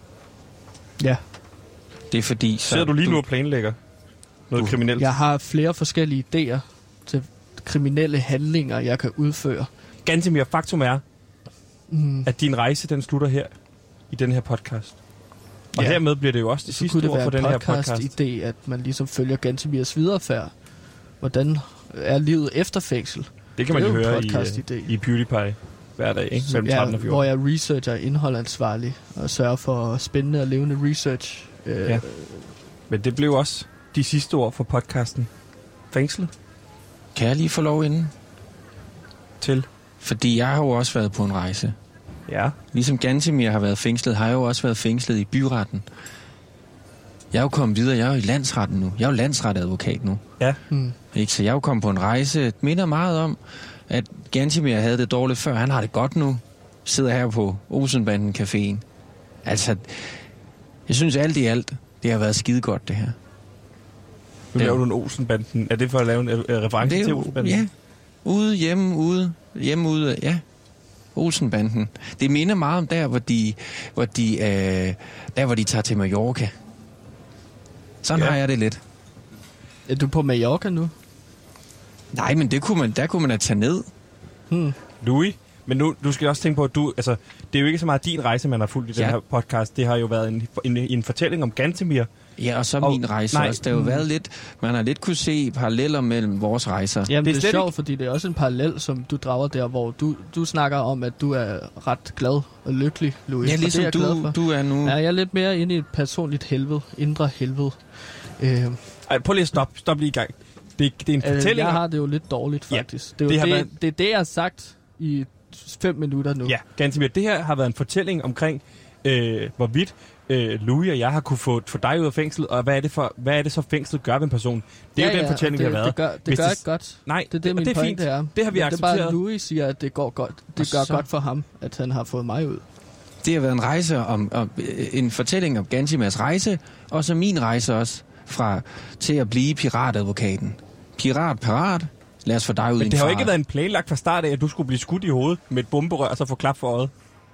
Ja. Det er fordi... Sidder du lige nu og planlægger noget kriminelt? Jeg har flere forskellige idéer til kriminelle handlinger, jeg kan udføre. Gansimir, faktum er, at din rejse, den slutter her i den her podcast. Og hermed bliver det jo også det sidste ord for den her podcast. Så kunne det være en podcast-idé, at man ligesom følger Gansimirs viderefærd. Hvordan er livet efter fængsel? Det kan man jo høre i PewDiePie hver dag, ikke? Mellem 13 og 14. Hvor jeg researcher indholdansvarlig og sørger for spændende og levende research. Men det blev også de sidste ord for podcasten. Fængslet. Kan jeg lige få lov inden? Til? Fordi jeg har jo også været på en rejse. Ja. Ligesom Gansimir har været fængslet, har jeg jo også været fængslet i byretten. Jeg er jo kommet videre, jeg er jo i landsretten nu. Jeg er jo landsretadvokat nu. Ja. Ikke? Så jeg er jo kommet på en rejse. Det minder meget om, at Gansimir havde det dårligt før. Han har det godt nu. Sidder her på Olsenbanden Caféen. Altså, jeg synes alt i alt, det har været skide godt, det her. Nu laver du en Olsenbanden. Er det for at lave en reference til Olsenbanden? Ja. Ude, hjemme, ude, ja. Olsenbanden. Det minder meget om der, hvor de tager til Mallorca. Sådan har jeg det lidt. Er du på Mallorca nu? Nej, men der kunne man da tage ned. Louis, men nu du skal også tænke på, at det er jo ikke så meget din rejse, man har fulgt i den her podcast. Det har jo været en fortælling om Gansimir. Ja, og så min rejse også. Der har jo været lidt... Man har lidt kunne se paralleller mellem vores rejser. Jamen, det er sjovt, fordi det er også en parallel, som du drager der, hvor du snakker om, at du er ret glad og lykkelig, Louis. Ja, ligesom du er nu. Ja, jeg er lidt mere inde i et personligt helvede, indre helvede. Ej, prøv lige at stop lige i gang. Det er en fortælling. Jeg har det jo lidt dårligt, faktisk. Ja, det er det, jeg har sagt i 5 minutter nu. Ja, Gantemir. Det her har været en fortælling omkring, hvorvidt Louis og jeg har kunne få dig ud af fængslet, og hvad er det så fængslet gør ved en person? Det er jo den fortælling, vi har været. Det gør ikke godt. Nej, det er min det er pointe fint. er. Det har vi accepteret. Det er bare, Louis siger, at det går godt. Det gør godt for ham, at han har fået mig ud. Det har været en rejse om en fortælling om Gantemirs rejse, og så min rejse også til at blive piratadvokaten. Pirat, lad os få dig ud i en fart. Men det har jo ikke været en planlagt fra start af, at du skulle blive skudt i hovedet med et bomberør, og så få klap for øjet.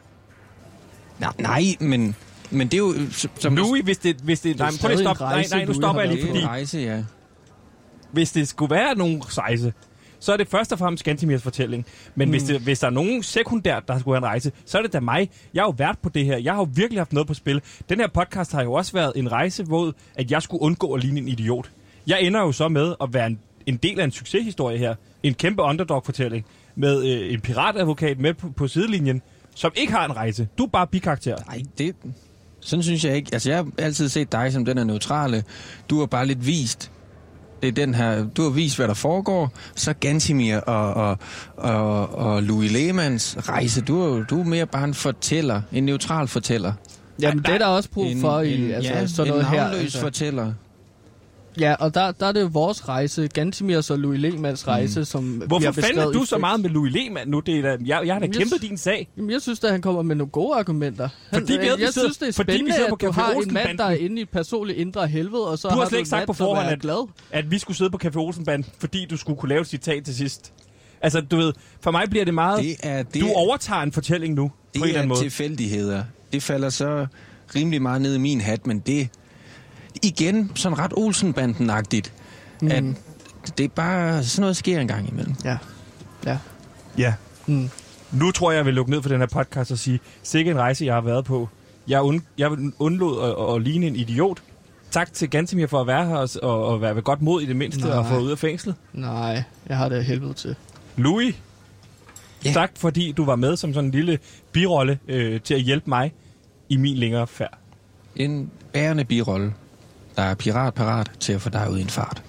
Nej, men det er jo... Louis, hvis det nej, prøv lige at stoppe. Nej, nu stopper jeg lige, fordi... Rejse, ja. Hvis det skulle være nogen rejse, så er det først og fremmest Gantemirs fortælling. Men hvis der er nogen sekundært, der skulle have en rejse, så er det da mig. Jeg har jo været på det her. Jeg har jo virkelig haft noget på spil. Den her podcast har jo også været en rejse, hvor at jeg skulle undgå at ligne en idiot. Jeg ender jo så med at være en del af en succeshistorie her. En kæmpe underdog-fortælling med en piratadvokat med på sidelinjen, som ikke har en rejse. Du er bare bikarakter. Nej, sådan synes jeg ikke. Altså, jeg har altid set dig som den er neutrale. Du har bare lidt vist... Det er den her... Du har vist, hvad der foregår. Så Gantemir og Louis Lehmanns rejse. Du er mere bare en fortæller. En neutral fortæller. Jamen, det er der også brug for i sådan noget her. En navnløs fortæller. Ja, og der er det jo vores rejse, Gantemirs og Louis Lehmanns rejse, som hvorfor fanden er du så meget med Louis Lehmann nu? Det er jeg har da kæmpet din sag. Jamen, jeg synes, at han kommer med nogle gode argumenter. Jeg synes, det er spændende, at du har en mand, der er inde i et personligt indre helvede, og så har du slet ikke sagt på forhånd, at vi skulle sidde på Café Olsenbanden, fordi du skulle kunne lave et citat til sidst. Altså, du ved, for mig bliver det meget... Du overtager en fortælling nu, på en eller anden måde. Det er tilfældigheder. Det falder så rimelig meget ned i min hat, men det... Igen, sådan ret Olsenbanden-agtigt, at det er bare sådan noget, sker en gang imellem. Ja. Nu tror jeg vil lukke ned for den her podcast og sige, sikke en rejse, jeg har været på. Jeg undlod at ligne en idiot. Tak til Gantemir for at være her og være ved godt mod i det mindste og få ud af fængslet. Nej, jeg har det helvede til. Louis, tak fordi du var med som sådan en lille birolle til at hjælpe mig i min længere færd. En bærende birolle, der er parat til at få dig ud i en fart.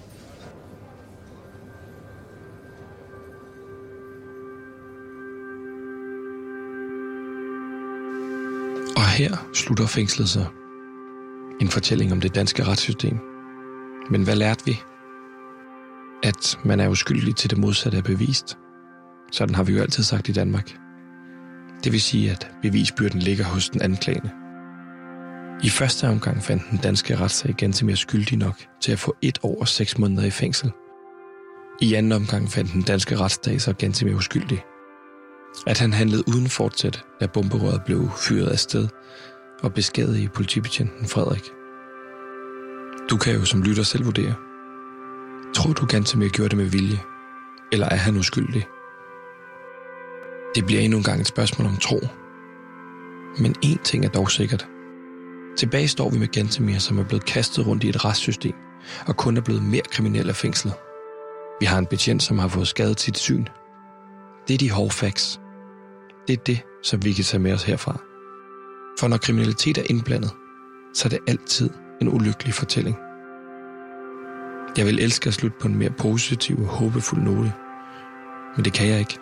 Og her slutter fængslet sig. En fortælling om det danske retssystem. Men hvad lærte vi? At man er uskyldig til det modsatte er bevist. Sådan har vi jo altid sagt i Danmark. Det vil sige, at bevisbyrden ligger hos den anklagende. I første omgang fandt den danske retssag Gantemir skyldig nok til at få 1 år og 6 måneder i fængsel. I anden omgang fandt den danske retssag så Gantemir uskyldig. At han handlede uden fortsæt, da bomberøret blev fyret af sted og beskadigede politibetjenten Frederik. Du kan jo som lytter selv vurdere. Tror du Gantemir gjorde det med vilje? Eller er han uskyldig? Det bliver endnu en gang et spørgsmål om tro. Men én ting er dog sikkert. Tilbage står vi med Gantemir, som er blevet kastet rundt i et retssystem, og kun er blevet mere kriminel af fængslet. Vi har en betjent, som har fået skadet sit syn. Det er de hårde facts. Det er det, som vi kan tage med os herfra. For når kriminalitet er indblandet, så er det altid en ulykkelig fortælling. Jeg vil elske at slutte på en mere positiv og håbefuld note, men det kan jeg ikke.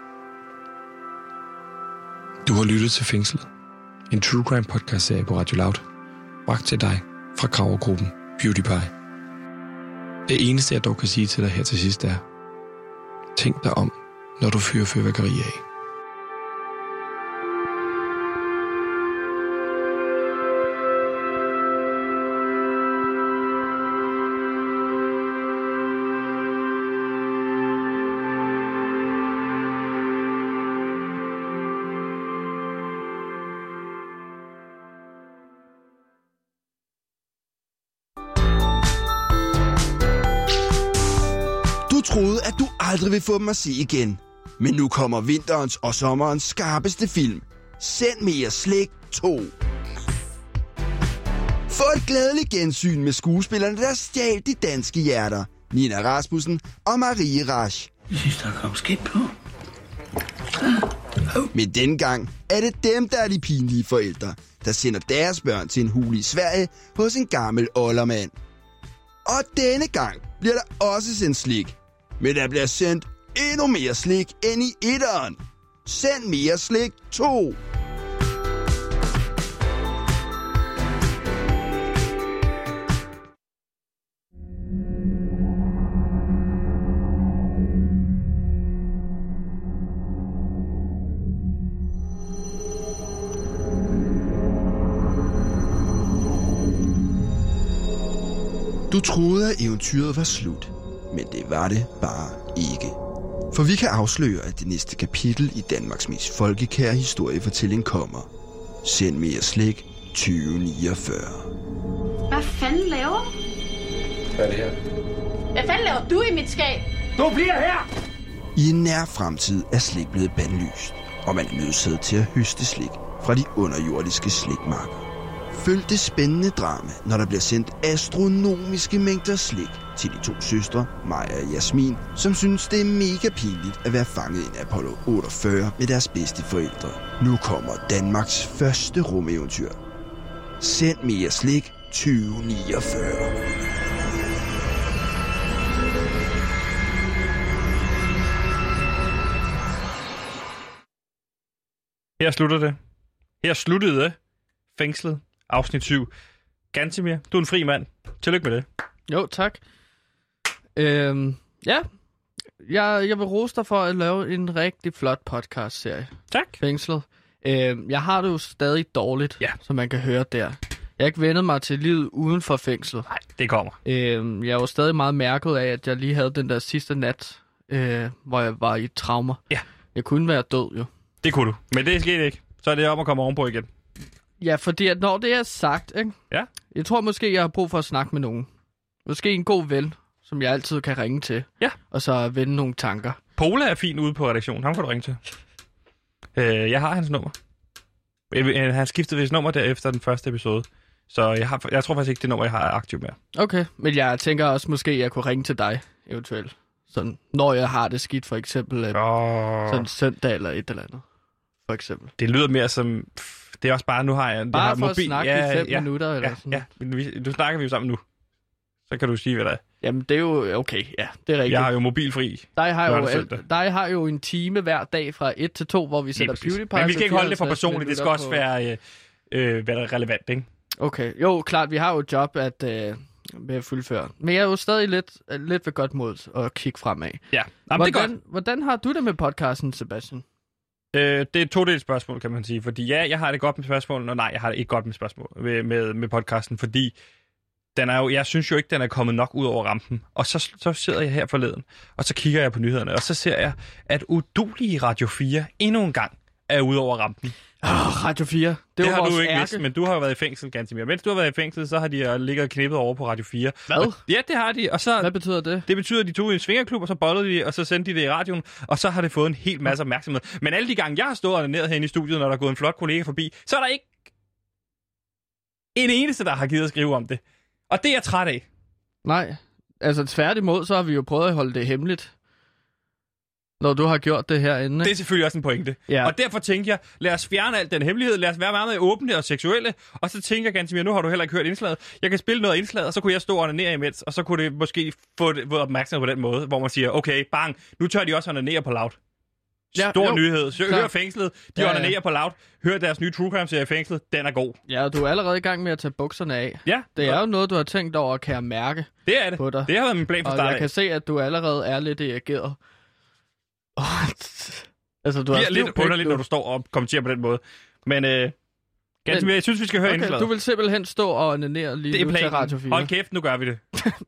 Du har lyttet til Fængslet, en true crime podcast-serie på Radio Loud, bragt til dig fra Kragergruppen Beauty Pie. Det eneste, jeg dog kan sige til dig her til sidst er, tænk dig om, når du fyrer fyrværkeri af. Du troede, at du aldrig vil få dem at se igen. Men nu kommer vinterens og sommerens skarpeste film. Send mere slik 2. Få et glædeligt gensyn med skuespillerne, der stjal de danske hjerter. Nina Rasmussen og Marie Rasch. Jeg synes, der kom skidt på. Men dengang er det dem, der er de pinlige forældre, der sender deres børn til en hule i Sverige hos en gammel oldermand. Og denne gang bliver der også sendt slik. Men der bliver sendt endnu mere slik end i etteren. Send mere slik 2. Du troede, at eventyret var slut, men det var det bare ikke. For vi kan afsløre, at det næste kapitel i Danmarks mest folkekære historiefortælling kommer. Send mere slik 2049. Hvad fanden laver du? Hvad er det her? Hvad fanden laver du i mit skab? Du bliver her! I en nær fremtid er slik blevet bandlyst, og man er nødsaget til at høste slik fra de underjordiske slikmarker. Følg det spændende drama, når der bliver sendt astronomiske mængder slik til de 2 søstre, Maja og Jasmin, som synes, det er mega pinligt at være fanget i Apollo 48 med deres bedste forældre. Nu kommer Danmarks første rumeventyr. Send mere slik 2049. Her slutter det. Her sluttede det. Fængslet. Afsnit 7. Gantemir, du er en fri mand. Tillykke med det. Jo, tak. Ja, jeg vil rose dig for at lave en rigtig flot podcast-serie. Tak. Fængslet. Jeg har det jo stadig dårligt, som man kan høre der. Jeg har ikke vendet mig til livet uden for fængslet. Nej, det kommer. Jeg er jo stadig meget mærket af, at jeg lige havde den der sidste nat, hvor jeg var i traumer. Ja. Jeg kunne være død, jo. Det kunne du, men det skete ikke. Så er det om at komme ovenpå igen. Ja, fordi at når det er sagt, ikke? Ja. Jeg tror måske, jeg har brug for at snakke med nogen. Måske en god ven, som jeg altid kan ringe til. Ja. Og så vende nogle tanker. Pola er fin ude på redaktionen. Ham kan du ringe til. Jeg har hans nummer. Han skiftede vist nummer der efter den første episode. Så jeg tror faktisk ikke, det nummer, jeg har er aktivt mere. Okay, men jeg tænker også måske, at jeg kunne ringe til dig eventuelt. Sådan, når jeg har det skidt, for eksempel sådan søndag eller et eller andet. For eksempel. Det lyder mere som... Det er også bare, nu har jeg... Bare har for mobil. at snakke i 5 minutter eller sådan. Ja, nu snakker vi jo sammen nu. Så kan du sige, hvad der er. Jamen, det er jo okay. Ja, det er rigtigt. Jeg har jo mobilfri. Der har jo en time hver dag fra 1 til 2, hvor vi sætter PewDiePie. Men vi skal ikke holde det for personligt. Det skal også være relevant, ikke? Okay. Jo, klart. Vi har jo et job med at fuldføre. Men jeg er jo stadig lidt ved godt mod at kigge fremad. Ja, jamen, det er godt. Hvordan har du det med podcasten, Sebastian? Det er et todelt spørgsmål, kan man sige. Fordi ja, jeg har det godt med spørgsmål, og nej, jeg har det ikke godt med spørgsmål med podcasten, fordi den er jo, jeg synes jo ikke, den er kommet nok ud over rampen. Og så sidder jeg her forleden, og så kigger jeg på nyhederne, og så ser jeg, at uduelige Radio 4 endnu en gang er ude over rampen. Radio 4. Det har du ikke vidst, men du har jo været i fængsel ganske mere. Mens du har været i fængsel, så har de ligget og knippet over på Radio 4. Hvad? Ja, det har de. Og så, hvad betyder det? Det betyder, at de tog i en svingerklub, og så bollede de, og så sendte de det i radioen, og så har det fået en hel masse opmærksomhed. Men alle de gange, jeg har stået og ned herinde i studiet, når der er gået en flot kollega forbi, så er der ikke en eneste, der har givet at skrive om det. Og det er jeg træt af. Nej, altså tværtimod, så har vi jo prøvet at holde det hemmeligt. Når du har gjort det herinde. Det er selvfølgelig også en pointe. Ja. Og derfor tænker jeg, lad os fjerne alt den hemmelighed, lad os være meget mere åbne og seksuelle. Og så tænker jeg ganske mere, nu har du heller ikke hørt indslaget. Jeg kan spille noget af indslaget, og så kunne jeg stå og onanere imens, og så kunne det måske få opmærksomhed på den måde, hvor man siger, okay, bang, nu tør de også onanere på loud. Stor nyhed. Hør fængslet, de onanerer på loud. Hør deres nye True Crime-serie Fængslet, den er god. Ja, du er allerede i gang med at tage bukserne af. Ja. Det er jo noget, du har tænkt over, kan jeg mærke. Det er det. På dig. Det har været min plan fra start af. Og jeg kan se, at du allerede er lidt reageret. Altså, du er lidt underligt, når du står og kommenterer på den måde. Men ganske mere, jeg synes, vi skal høre indslaget. Du vil simpelthen stå og onanere lige nu til Radio 4. Hold kæft, nu gør vi det.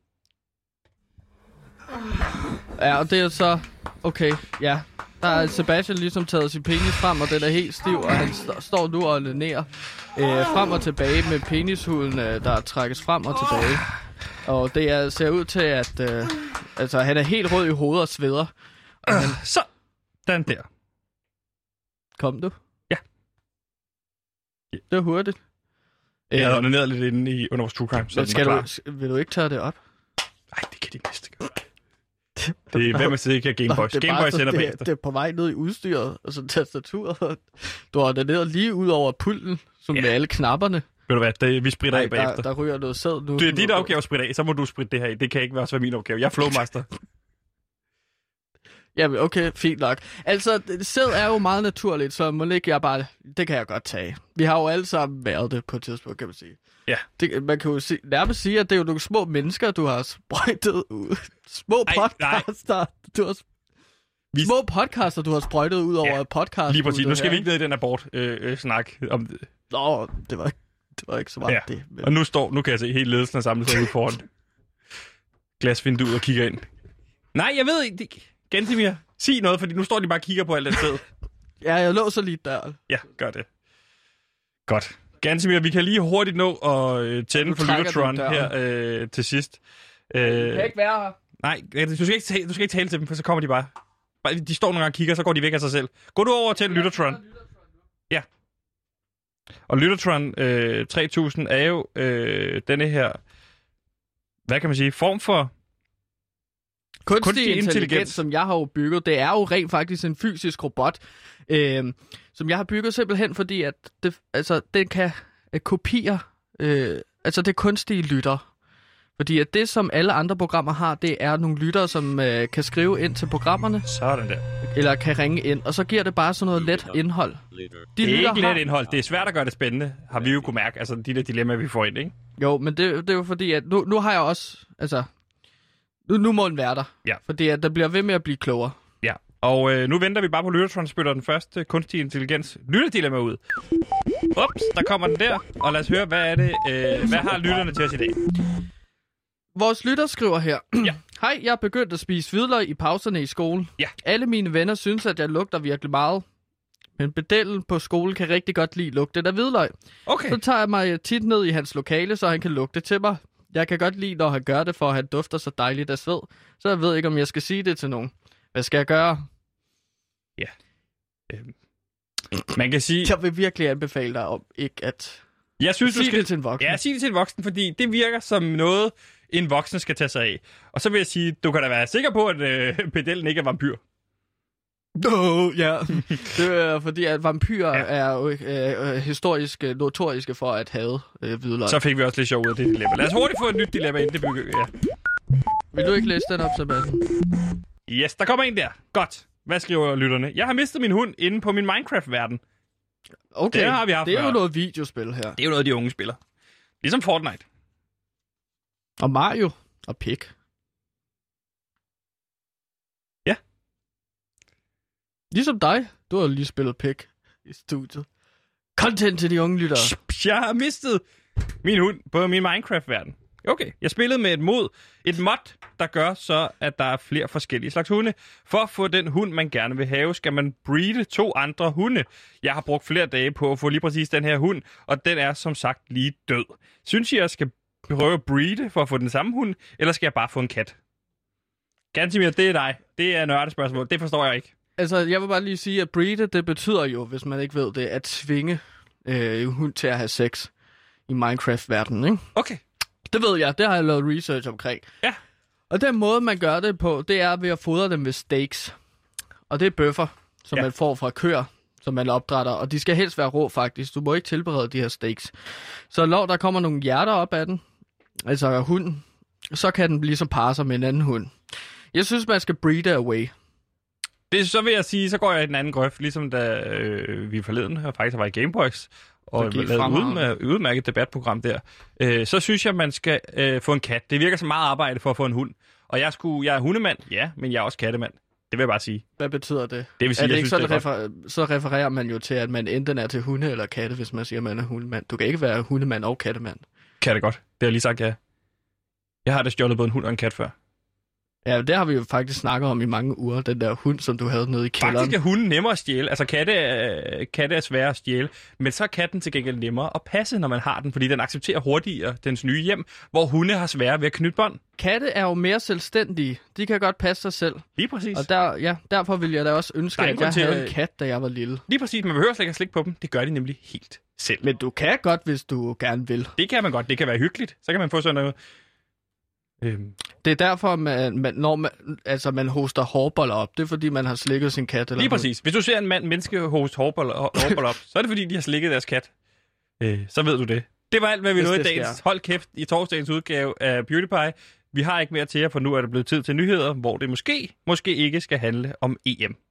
Ja, og det er så... Okay, ja. Der er Sebastian ligesom taget sin penis frem, og den er helt stiv, og han står nu og onanerer frem og tilbage med penishuden, der trækkes frem og tilbage. Og det ser ud til, at han er helt rød i hovedet og sveder. Og så, den der. Kom du? Ja. Det var hurtigt. Jeg havde onaneret lidt inde under vores True Crime. Vil du ikke tage det op? Nej, det kan de næste gøre. Det er, hvem man sidder ikke af Gameboys. Gameboys sender bagefter. Det er på vej ned i udstyret, og så tastaturet. Du har det ned lige ud over pulten, som med alle knapperne. Ved du hvad, vi spritter af bagefter. Der ryger noget sæd nu. Det er dit opgave at spritte af, så må du spritte det her af. Det kan ikke også være min opgave. Jeg er flowmaster. Jamen, okay, fint nok. Altså, sæd er jo meget naturligt, så må ikke jeg bare... Det kan jeg godt tage. Vi har jo alle sammen været det på et tidspunkt, kan man sige. Ja. Man kan jo nærmest sige, at det er jo nogle små mennesker, du har sprøjtet ud. Små podcaster. Små podcaster, du har sprøjtet ud over podcast. Lige præcis. Nu skal vi ikke ned i den abort-snak om det. Nå, det var ikke så meget det. Men... Og nu kan jeg se hele ledelsen er samlet sig ude foran glasvinduet og kigger ind. Nej, jeg ved ikke. Gantimir, sig noget, fordi nu står de bare og kigger på alt det sted. Ja, jeg låser lige der. Ja, gør det. Godt. Gantimir, vi kan lige hurtigt nå at tænde for Lyttertron her til sidst. Jeg kan ikke være her. Nej, du skal ikke tale til dem, for så kommer de bare. De står nogle gange og kigger, så går de væk af sig selv. Gå du over til Lyttertron. Ja. Og Lyttertron 3000 er jo denne her, hvad kan man sige, form for kunstig intelligens, som jeg har jo bygget. Det er jo rent faktisk en fysisk robot, som jeg har bygget simpelthen, fordi at den kan kopiere det er kunstige lytter. Fordi at det, som alle andre programmer har, det er nogle lyttere, som kan skrive ind til programmerne. Sådan der. Eller kan ringe ind, og så giver det bare sådan noget let indhold. Det er ikke let indhold, det er svært at gøre det spændende, har vi jo kunne mærke. Altså de der dilemmaer, vi får ind, ikke? Jo, men det er jo fordi, at nu har jeg også, nu må den være der. Ja. Fordi at der bliver ved med at blive klogere. Ja, og nu venter vi bare på Lyttertron, spytter den første kunstig intelligens lytterdilemma ud. Ups, der kommer den der, og lad os høre, hvad har lytterne til os i dag? Vores lytter skriver her. Ja. Hej, jeg er begyndt at spise hvidløg i pauserne i skolen. Ja. Alle mine venner synes, at jeg lugter virkelig meget. Men pedellen på skolen kan rigtig godt lide lugten af hvidløg. Okay. Så tager jeg mig tit ned i hans lokale, så han kan lugte til mig. Jeg kan godt lide, når han gør det, for han dufter så dejligt af sved. Så jeg ved ikke, om jeg skal sige det til nogen. Hvad skal jeg gøre? Ja. Man kan sige... Jeg vil virkelig anbefale dig om ikke at... Jeg synes, sige det til en voksen. Ja, sig det til en voksen, fordi det virker som noget, en voksen skal tage sig af. Og så vil jeg sige, du kan da være sikker på, at pedellen ikke er vampyr. Ja. Det er fordi, at vampyrer er jo historisk notoriske for at have hvidløg. Så fik vi også lidt sjov ud af det dilemma. Lad os hurtigt få et nyt dilemma ind det bygge. Ja. Vil du ikke læse den op, Sebastian? Yes, der kommer en der. Godt. Hvad skriver lytterne? Jeg har mistet min hund inde på min Minecraft-verden. Okay, det har vi haft det er jo noget videospil her. Det er jo noget, de unge spiller. Ligesom Fortnite. Og Mario. Og Pik. Ja. Ligesom dig. Du har lige spillet Pik i studiet. Content til de unge lyttere. Jeg har mistet min hund på min Minecraft-verden. Okay, jeg spillede med et mod, der gør så, at der er flere forskellige slags hunde. For at få den hund, man gerne vil have, skal man breede 2 andre hunde. Jeg har brugt flere dage på at få lige præcis den her hund, og den er som sagt lige død. Synes jeg skal prøve at breede for at få den samme hund, eller skal jeg bare få en kat? Gantimir, det er dig. Det er nørdespørgsmål. Det forstår jeg ikke. Altså, jeg vil bare lige sige, at breede, det betyder jo, hvis man ikke ved det, at tvinge en hund til at have sex i Minecraft-verdenen, ikke? Okay. Det ved jeg, det har jeg lavet research omkring. Ja. Og den måde, man gør det på, det er ved at fodre dem med steaks. Og det er bøffer, som man får fra køer, som man opdrætter. Og de skal helst være rå, faktisk. Du må ikke tilberede de her steaks. Så når der kommer nogle hjerter op af den, altså hunden, så kan den ligesom parre sig med en anden hund. Jeg synes, man skal breed away. Så vil jeg sige, så går jeg i den anden grøft, ligesom da vi forleden her faktisk var i Gameboys, og lavede et udmærket debatprogram der. Så synes jeg, man skal få en kat. Det virker så meget arbejde for at få en hund. Og jeg er hundemand, ja, men jeg er også kattemand. Det vil jeg bare sige. Hvad betyder det? Det vil sige, det ikke så refererer man jo til, at man enten er til hunde eller katte, hvis man siger, at man er hundemand. Du kan ikke være hundemand og kattemand. Kan det godt. Det har jeg lige sagt, ja. Jeg har da stjålet både en hund og en kat før. Ja, det har vi jo faktisk snakket om i mange uger, den der hund, som du havde nede i kælderen. Faktisk er hunden nemmere at stjæle. Altså katte er svære at stjæle, men så er katten til gengæld nemmere at passe, når man har den, fordi den accepterer hurtigere dens nye hjem, hvor hunde har svære ved at knytte bånd. Katte er jo mere selvstændige. De kan godt passe sig selv. Lige præcis. Og derfor ville jeg da også ønske, at jeg havde en kat, da jeg var lille. Lige præcis. Man behøver slet ikke at slikke på dem. Det gør de nemlig helt selv. Men du kan godt, hvis du gerne vil. Det kan man godt. Det kan være hyggeligt. Så kan man få sådan noget. Det er derfor, når man hoster hårboller op. Det er, fordi man har slikket sin kat. Eller lige præcis. Hvis du ser en menneske hoste hårboller op, så er det, fordi de har slikket deres kat. Så ved du det. Det var alt, hvad vi Hvis nåede i det dagens sker. Hold kæft i torsdagens udgave af Beauty Pie. Vi har ikke mere til jer, for nu er det blevet tid til nyheder, hvor det måske ikke skal handle om EM.